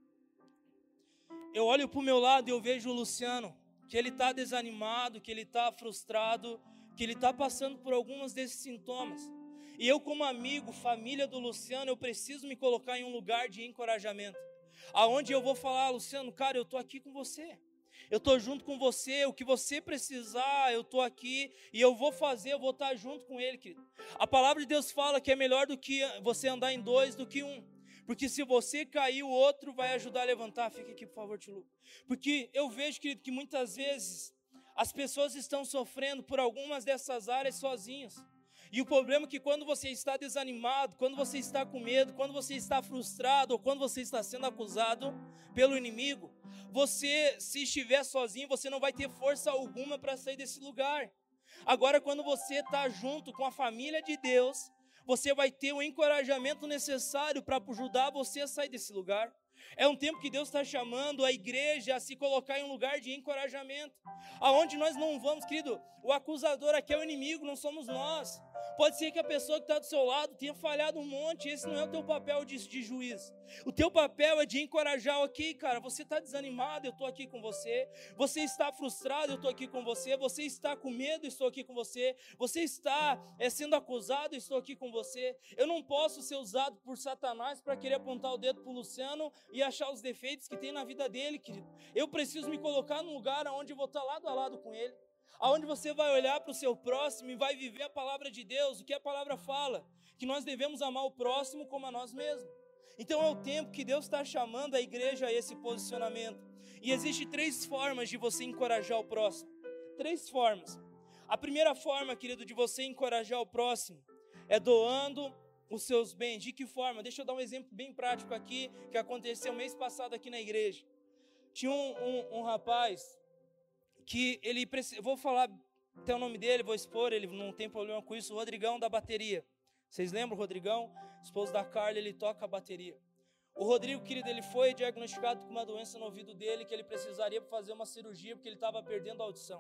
Eu olho para o meu lado e eu vejo o Luciano, que ele está desanimado, que ele está frustrado, que ele está passando por alguns desses sintomas. E eu, como amigo, família do Luciano, eu preciso me colocar em um lugar de encorajamento. Aonde eu vou falar, Luciano, cara, eu estou aqui com você. Eu estou junto com você, o que você precisar, eu estou aqui e eu vou fazer, eu vou estar junto com ele, querido. A palavra de Deus fala que é melhor do que você andar em dois do que um. Porque se você cair, o outro vai ajudar a levantar. Fica aqui, por favor, Tilu. Porque eu vejo, querido, que muitas vezes as pessoas estão sofrendo por algumas dessas áreas sozinhos. E o problema é que quando você está desanimado, quando você está com medo, quando você está frustrado, ou quando você está sendo acusado pelo inimigo, você, se estiver sozinho, você não vai ter força alguma para sair desse lugar. Agora, quando você está junto com a família de Deus, você vai ter o encorajamento necessário para ajudar você a sair desse lugar. É um tempo que Deus está chamando a igreja a se colocar em um lugar de encorajamento, aonde nós não vamos, querido, o acusador aqui é o inimigo, não somos nós. Pode ser que a pessoa que está do seu lado tenha falhado um monte, esse não é o teu papel de juiz. O teu papel é de encorajar, ok, cara, você está desanimado, eu estou aqui com você. Você está frustrado, eu estou aqui com você. Você está com medo, eu estou aqui com você. Você está sendo acusado, eu estou aqui com você. Eu não posso ser usado por Satanás para querer apontar o dedo para o Luciano e achar os defeitos que tem na vida dele, querido. Eu preciso me colocar num lugar onde eu vou estar lado a lado com ele, aonde você vai olhar para o seu próximo e vai viver a palavra de Deus, o que a palavra fala, que nós devemos amar o próximo como a nós mesmos. Então é o tempo que Deus está chamando a igreja a esse posicionamento. E existem 3 formas de você encorajar o próximo. 3 formas. A primeira forma, querido, de você encorajar o próximo é doando os seus bens. De que forma? Deixa eu dar um exemplo bem prático aqui, que aconteceu mês passado aqui na igreja. Tinha um rapaz que ele, vou falar até o nome dele, vou expor, ele não tem problema com isso, o Rodrigão da bateria. Vocês lembram o Rodrigão? Esposo da Carla, ele toca a bateria. O Rodrigo, querido, ele foi diagnosticado com uma doença no ouvido dele, que ele precisaria fazer uma cirurgia, porque ele estava perdendo a audição.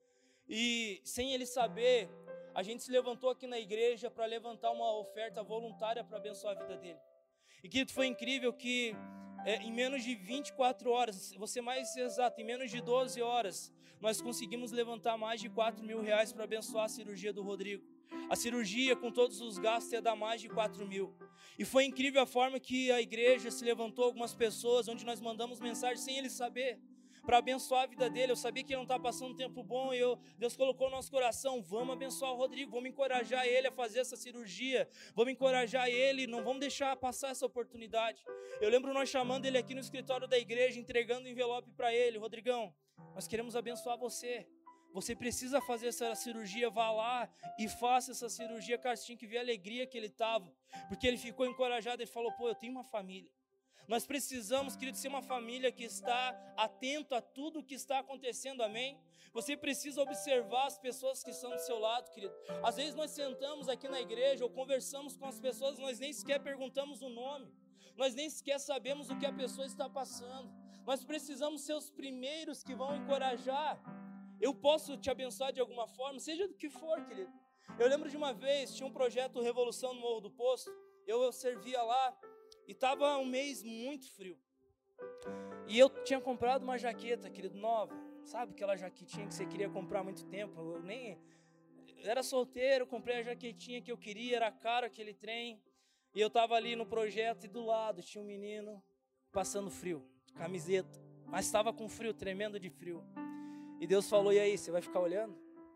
E sem ele saber, a gente se levantou aqui na igreja para levantar uma oferta voluntária para abençoar a vida dele. E querido, foi incrível que em menos de 24 horas, vou ser mais exato, em menos de 12 horas, nós conseguimos levantar mais de 4 mil reais para abençoar a cirurgia do Rodrigo. A cirurgia, com todos os gastos, ia dar mais de 4 mil. E foi incrível a forma que a igreja se levantou, algumas pessoas, onde nós mandamos mensagem sem ele saber, para abençoar a vida dele. Eu sabia que ele não estava passando um tempo bom, e Deus colocou no nosso coração, vamos abençoar o Rodrigo, vamos encorajar ele a fazer essa cirurgia, vamos encorajar ele, não vamos deixar passar essa oportunidade. Eu lembro nós chamando ele aqui no escritório da igreja, entregando o envelope para ele. Rodrigão, nós queremos abençoar você. Você precisa fazer essa cirurgia, vá lá e faça essa cirurgia. Cara, você tinha que ver a alegria que ele estava, porque ele ficou encorajado, ele falou, pô, eu tenho uma família. Nós precisamos, querido, ser uma família que está atento a tudo o que está acontecendo, amém? Você precisa observar as pessoas que estão do seu lado, querido. Às vezes nós sentamos aqui na igreja ou conversamos com as pessoas, nós nem sequer perguntamos o nome, nós nem sequer sabemos o que a pessoa está passando. Nós precisamos ser os primeiros que vão encorajar. Eu posso te abençoar de alguma forma, seja do que for, querido. Eu lembro de uma vez, tinha um projeto Revolução no Morro do Posto, eu servia lá, e estava um mês muito frio. E eu tinha comprado uma jaqueta, querido, nova. Sabe aquela jaquetinha que você queria comprar há muito tempo? Eu era solteiro, comprei a jaquetinha que eu queria, era caro aquele trem. E eu estava ali no projeto e do lado tinha um menino passando frio, camiseta. Mas estava com frio, tremendo de frio. E Deus falou, e aí, você vai ficar olhando?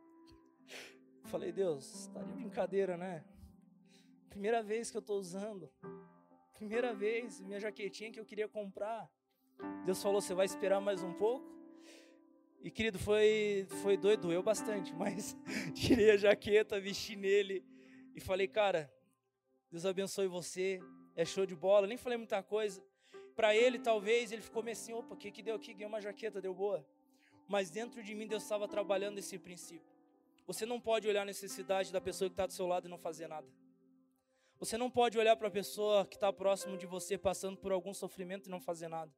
Eu falei, Deus, está de brincadeira, né? Primeira vez que eu estou usando. Primeira vez, minha jaquetinha que eu queria comprar. Deus falou, você vai esperar mais um pouco? E querido, foi doido, doeu bastante, mas tirei a jaqueta, vesti nele e falei, cara, Deus abençoe você, é show de bola. Nem falei muita coisa. Para ele, talvez, ele ficou meio assim, opa, o que deu aqui? Ganhei uma jaqueta, deu boa. Mas dentro de mim, Deus estava trabalhando esse princípio. Você não pode olhar a necessidade da pessoa que está do seu lado e não fazer nada. Você não pode olhar para a pessoa que está próximo de você passando por algum sofrimento e não fazer nada.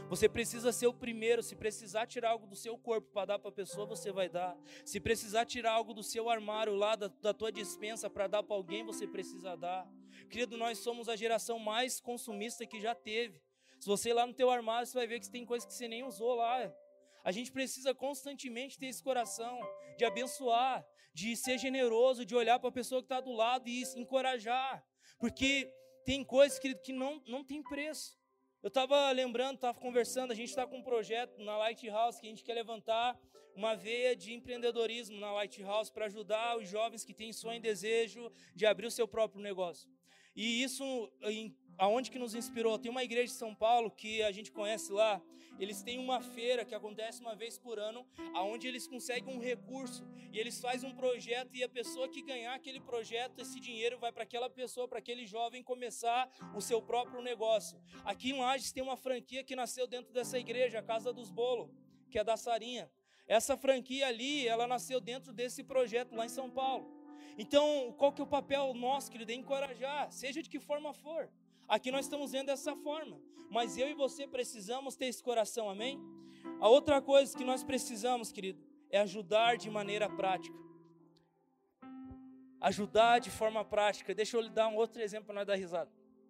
Você precisa ser o primeiro. Se precisar tirar algo do seu corpo para dar para a pessoa, você vai dar. Se precisar tirar algo do seu armário lá, da tua despensa para dar para alguém, você precisa dar. Querido, nós somos a geração mais consumista que já teve. Se você ir lá no teu armário, você vai ver que tem coisas que você nem usou lá. A gente precisa constantemente ter esse coração de abençoar, de ser generoso, de olhar para a pessoa que está do lado e encorajar. Porque tem coisas, querido, que não tem preço. Eu estava lembrando, estava conversando, a gente está com um projeto na Lighthouse que a gente quer levantar uma veia de empreendedorismo na Lighthouse para ajudar os jovens que têm sonho e desejo de abrir o seu próprio negócio. E isso, aonde que nos inspirou? Tem uma igreja de São Paulo que a gente conhece lá, eles têm uma feira que acontece uma vez por ano, aonde eles conseguem um recurso e eles fazem um projeto e a pessoa que ganhar aquele projeto, esse dinheiro vai para aquela pessoa, para aquele jovem começar o seu próprio negócio. Aqui em Lages tem uma franquia que nasceu dentro dessa igreja, a Casa dos Bolos, que é da Sarinha. Essa franquia ali, ela nasceu dentro desse projeto lá em São Paulo. Então, qual que é o papel nosso, querido? É encorajar, seja de que forma for. Aqui nós estamos vendo dessa forma, mas eu e você precisamos ter esse coração, amém? A outra coisa que nós precisamos, querido, é ajudar de maneira prática. Ajudar de forma prática. Deixa eu lhe dar um outro exemplo para nós dar risada.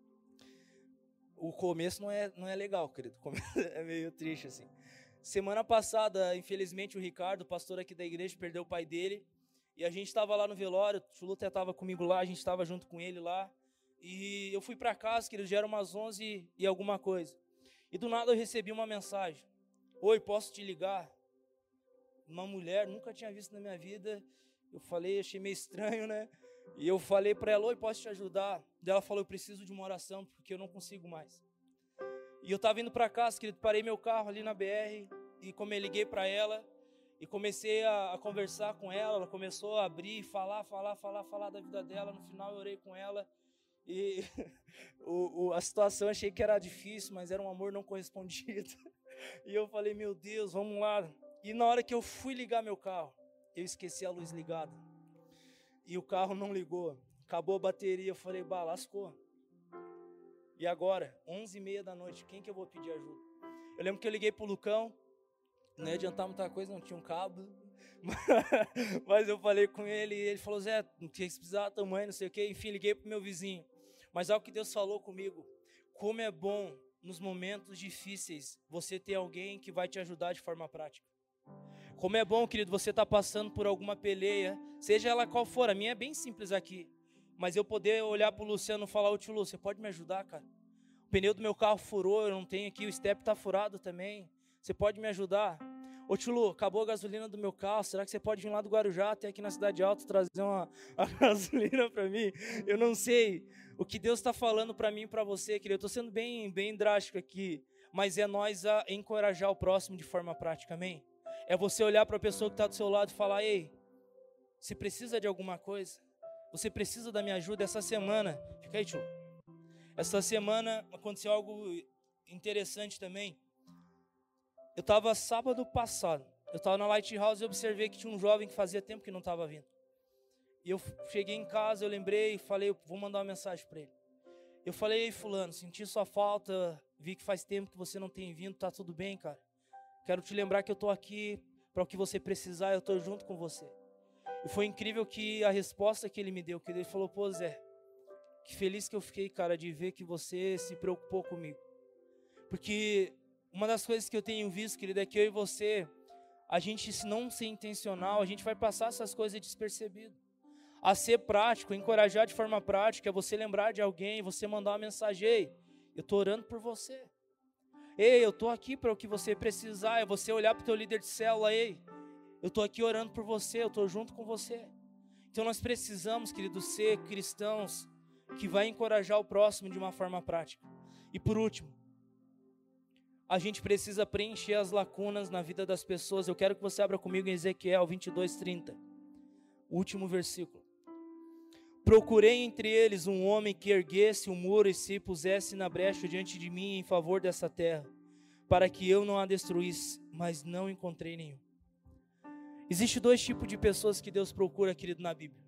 O começo não é legal, querido. O começo é meio triste assim. Semana passada, infelizmente, o Ricardo, pastor aqui da igreja, perdeu o pai dele. E a gente estava lá no velório, o Chulu até estava comigo lá, a gente estava junto com ele lá. E eu fui para casa, querido, já eram umas 11 e alguma coisa. E do nada eu recebi uma mensagem. Oi, posso te ligar? Uma mulher, nunca tinha visto na minha vida. Eu falei, achei meio estranho, né? E eu falei para ela, oi, posso te ajudar? Daí ela falou, eu preciso de uma oração, porque eu não consigo mais. E eu estava indo para casa, querido, parei meu carro ali na BR. E como eu liguei para ela, e comecei a conversar com ela começou a abrir, falar da vida dela. No final eu orei com ela. E a situação eu achei que era difícil, mas era um amor não correspondido. E eu falei, meu Deus, vamos lá. E na hora que eu fui ligar meu carro, eu esqueci a luz ligada. E o carro não ligou. Acabou a bateria, eu falei, lascou. E agora, 11h30 da noite, quem que eu vou pedir ajuda? Eu lembro que eu liguei pro Lucão, não ia adiantar muita coisa, não tinha um cabo. Mas eu falei com ele e ele falou, Zé, não tinha que precisar da tua mãe, não sei o quê. Enfim, liguei pro meu vizinho. Mas algo que Deus falou comigo, como é bom nos momentos difíceis você ter alguém que vai te ajudar de forma prática. Como é bom, querido, você tá passando por alguma peleia, seja ela qual for. A minha é bem simples aqui. Mas eu poder olhar pro Luciano e falar, ô tio Lu, você pode me ajudar, cara? O pneu do meu carro furou, eu não tenho aqui, o step tá furado também. Você pode me ajudar? Ô tio Lu, acabou a gasolina do meu carro, será que você pode vir lá do Guarujá até aqui na Cidade Alta trazer a gasolina para mim? Eu não sei o que Deus está falando para mim e para você, querido. Eu estou sendo bem drástico aqui, mas é nós a encorajar o próximo de forma prática, amém? É você olhar para a pessoa que está do seu lado e falar, ei, você precisa de alguma coisa? Você precisa da minha ajuda? Essa semana, fica aí tio, essa semana aconteceu algo interessante também. Eu estava sábado passado, eu estava na Lighthouse e observei que tinha um jovem que fazia tempo que não estava vindo. E eu cheguei em casa, eu lembrei e falei, vou mandar uma mensagem para ele. Eu falei, ei fulano, senti sua falta, vi que faz tempo que você não tem vindo, tá tudo bem, cara? Quero te lembrar que eu estou aqui para o que você precisar, eu estou junto com você. E foi incrível que a resposta que ele me deu, que ele falou, pô Zé, que feliz que eu fiquei, cara, de ver que você se preocupou comigo. Porque uma das coisas que eu tenho visto, querido, é que eu e você, a gente, se não ser intencional, a gente vai passar essas coisas despercebido. A ser prático, encorajar de forma prática, é você lembrar de alguém, você mandar uma mensagem, ei, eu estou orando por você. Ei, eu estou aqui para o que você precisar, é você olhar para o teu líder de célula, ei, eu estou aqui orando por você, eu estou junto com você. Então nós precisamos, querido, ser cristãos que vai encorajar o próximo de uma forma prática. E por último, a gente precisa preencher as lacunas na vida das pessoas. Eu quero que você abra comigo em Ezequiel 22:30, o último versículo. Procurei entre eles um homem que erguesse um muro e se pusesse na brecha diante de mim em favor dessa terra, para que eu não a destruísse, mas não encontrei nenhum. Existem dois tipos de pessoas que Deus procura, querido, na Bíblia.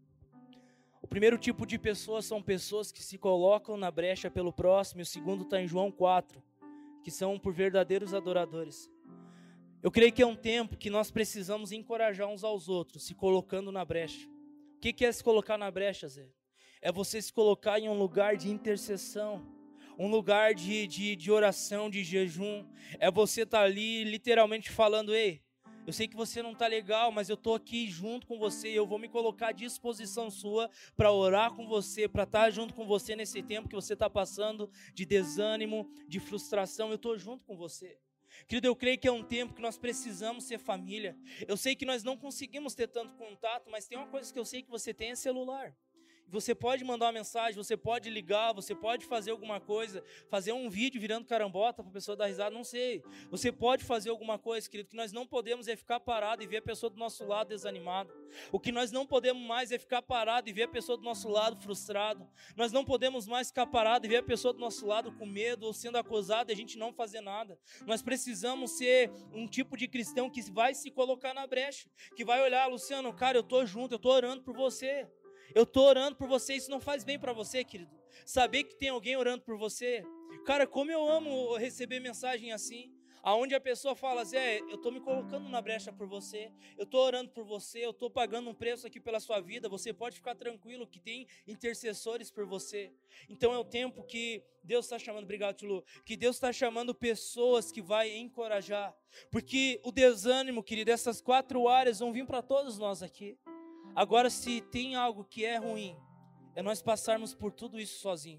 O primeiro tipo de pessoas são pessoas que se colocam na brecha pelo próximo, e o segundo está em João 4, que são por verdadeiros adoradores. Eu creio que é um tempo que nós precisamos encorajar uns aos outros, se colocando na brecha. O que é se colocar na brecha, Zé? É você se colocar em um lugar de intercessão, um lugar de oração, de jejum. É você estar ali literalmente falando: ei, eu sei que você não está legal, mas eu estou aqui junto com você, eu vou me colocar à disposição sua para orar com você, para estar junto com você nesse tempo que você está passando de desânimo, de frustração. Eu estou junto com você. Querido, eu creio que é um tempo que nós precisamos ser família. Eu sei que nós não conseguimos ter tanto contato, mas tem uma coisa que eu sei que você tem, é celular. Você pode mandar uma mensagem, você pode ligar, você pode fazer alguma coisa, fazer um vídeo virando carambota para a pessoa dar risada, não sei. Você pode fazer alguma coisa, querido. O que nós não podemos é ficar parado e ver a pessoa do nosso lado desanimada. O que nós não podemos mais é ficar parado e ver a pessoa do nosso lado frustrado. Nós não podemos mais ficar parado e ver a pessoa do nosso lado com medo ou sendo acusado e a gente não fazer nada. Nós precisamos ser um tipo de cristão que vai se colocar na brecha, que vai olhar: Luciano, cara, eu estou junto, eu estou orando por você. Eu estou orando por você. Isso não faz bem para você, querido? Saber que tem alguém orando por você. Cara, como eu amo receber mensagem assim, aonde a pessoa fala: Zé, eu estou me colocando na brecha por você, eu estou orando por você, eu estou pagando um preço aqui pela sua vida, você pode ficar tranquilo que tem intercessores por você. Então é o tempo que Deus está chamando, obrigado, Tilo, que Deus está chamando pessoas que vai encorajar, porque o desânimo, querido, essas 4 áreas vão vir para todos nós aqui. Agora, se tem algo que é ruim, é nós passarmos por tudo isso sozinho.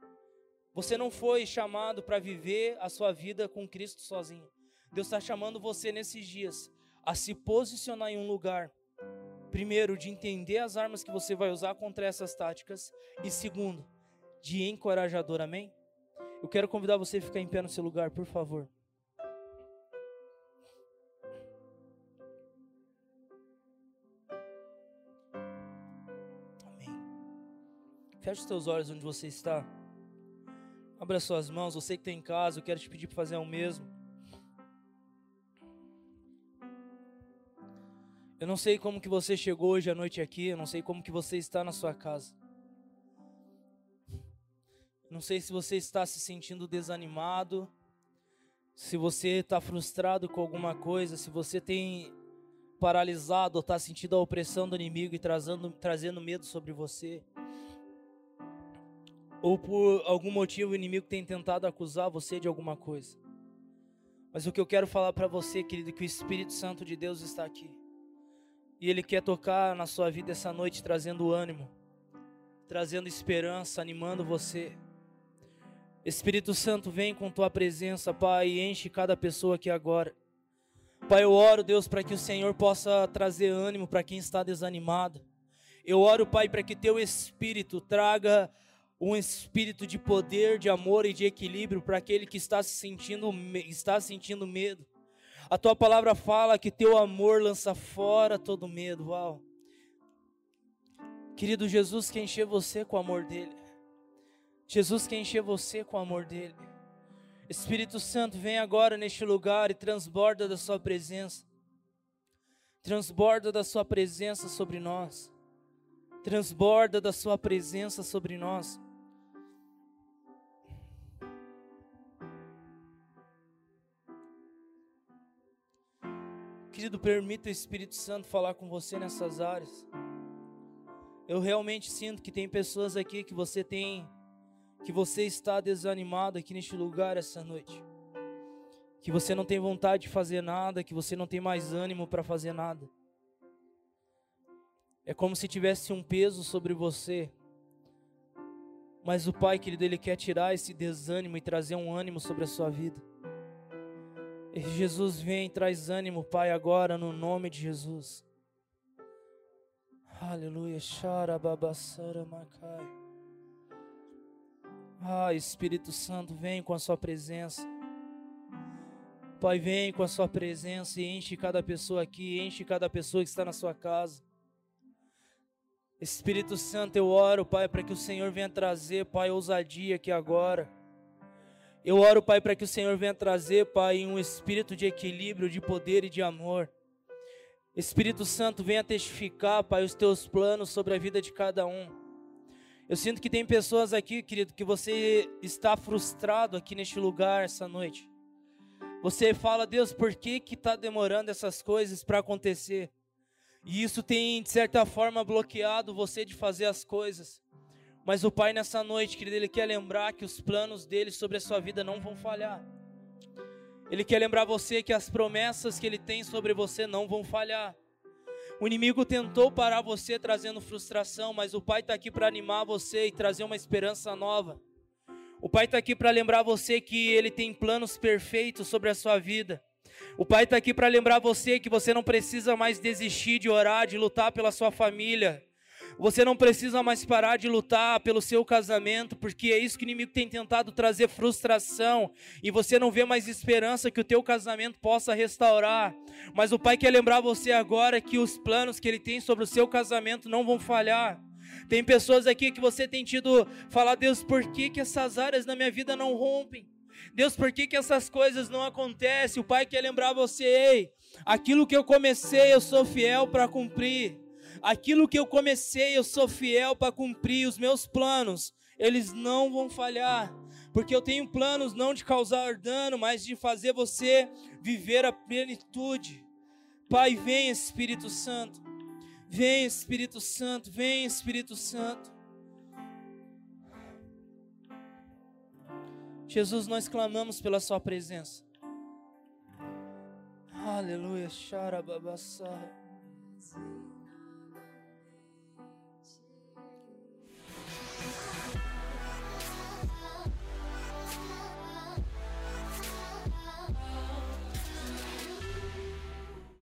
Você não foi chamado para viver a sua vida com Cristo sozinho. Deus está chamando você nesses dias a se posicionar em um lugar, primeiro, de entender as armas que você vai usar contra essas táticas, e segundo, de encorajador, amém? Eu quero convidar você a ficar em pé no seu lugar, por favor. Feche os teus olhos onde você está. Abra suas mãos. Você que está em casa, eu quero te pedir para fazer o mesmo. Eu não sei como que você chegou hoje à noite aqui. Eu não sei como que você está na sua casa. Não sei se você está se sentindo desanimado, se você está frustrado com alguma coisa, se você tem paralisado ou está sentindo a opressão do inimigo e trazendo medo sobre você. Ou por algum motivo o inimigo tem tentado acusar você de alguma coisa. Mas o que eu quero falar para você, querido, é que o Espírito Santo de Deus está aqui. E Ele quer tocar na sua vida essa noite, trazendo ânimo, trazendo esperança, animando você. Espírito Santo, vem com Tua presença, Pai, e enche cada pessoa aqui agora. Pai, eu oro, Deus, para que o Senhor possa trazer ânimo para quem está desanimado. Eu oro, Pai, para que Teu Espírito traga um espírito de poder, de amor e de equilíbrio para aquele que está sentindo medo. A Tua palavra fala que Teu amor lança fora todo medo. Uau. Querido, Jesus quer encher você com o amor dEle. Jesus quer encher você com o amor dEle. Espírito Santo, vem agora neste lugar e transborda da Sua presença. Transborda da Sua presença sobre nós. Transborda da Sua presença sobre nós. Querido, permita o Espírito Santo falar com você nessas áreas. Eu realmente sinto que tem pessoas aqui que você está desanimado aqui neste lugar essa noite. Que você não tem vontade de fazer nada, que você não tem mais ânimo para fazer nada. É como se tivesse um peso sobre você. Mas o Pai, querido, Ele quer tirar esse desânimo e trazer um ânimo sobre a sua vida. E Jesus, vem, traz ânimo, Pai, agora no nome de Jesus. Aleluia. Espírito Santo, vem com a Sua presença. Pai, vem com a Sua presença e enche cada pessoa aqui, enche cada pessoa que está na sua casa. Espírito Santo, eu oro, Pai, para que o Senhor venha trazer, Pai, ousadia aqui agora. Eu oro, Pai, para que o Senhor venha trazer, Pai, um espírito de equilíbrio, de poder e de amor. Espírito Santo, venha testificar, Pai, os Teus planos sobre a vida de cada um. Eu sinto que tem pessoas aqui, querido, que você está frustrado aqui neste lugar essa noite. Você fala, Deus, por que está demorando essas coisas para acontecer? E isso tem, de certa forma, bloqueado você de fazer as coisas. Mas o Pai nessa noite, querido, Ele quer lembrar que os planos dele sobre a sua vida não vão falhar. Ele quer lembrar você que as promessas que Ele tem sobre você não vão falhar. O inimigo tentou parar você trazendo frustração, mas o Pai está aqui para animar você e trazer uma esperança nova. O Pai está aqui para lembrar você que Ele tem planos perfeitos sobre a sua vida. O Pai está aqui para lembrar você que você não precisa mais desistir de orar, de lutar pela sua família. Você não precisa mais parar de lutar pelo seu casamento, porque é isso que o inimigo tem tentado trazer frustração, e você não vê mais esperança que o teu casamento possa restaurar. Mas o Pai quer lembrar você agora que os planos que Ele tem sobre o seu casamento não vão falhar. Tem pessoas aqui que você tem tido falar, Deus, por que essas áreas na minha vida não rompem? Deus, por que essas coisas não acontecem? O Pai quer lembrar você, ei, aquilo que eu comecei eu sou fiel para cumprir. Aquilo que eu comecei, eu sou fiel para cumprir. Os meus planos, eles não vão falhar. Porque eu tenho planos não de causar dano, mas de fazer você viver a plenitude. Pai, vem Espírito Santo. Vem Espírito Santo, vem Espírito Santo. Jesus, nós clamamos pela sua presença. Aleluia. Xarababassá.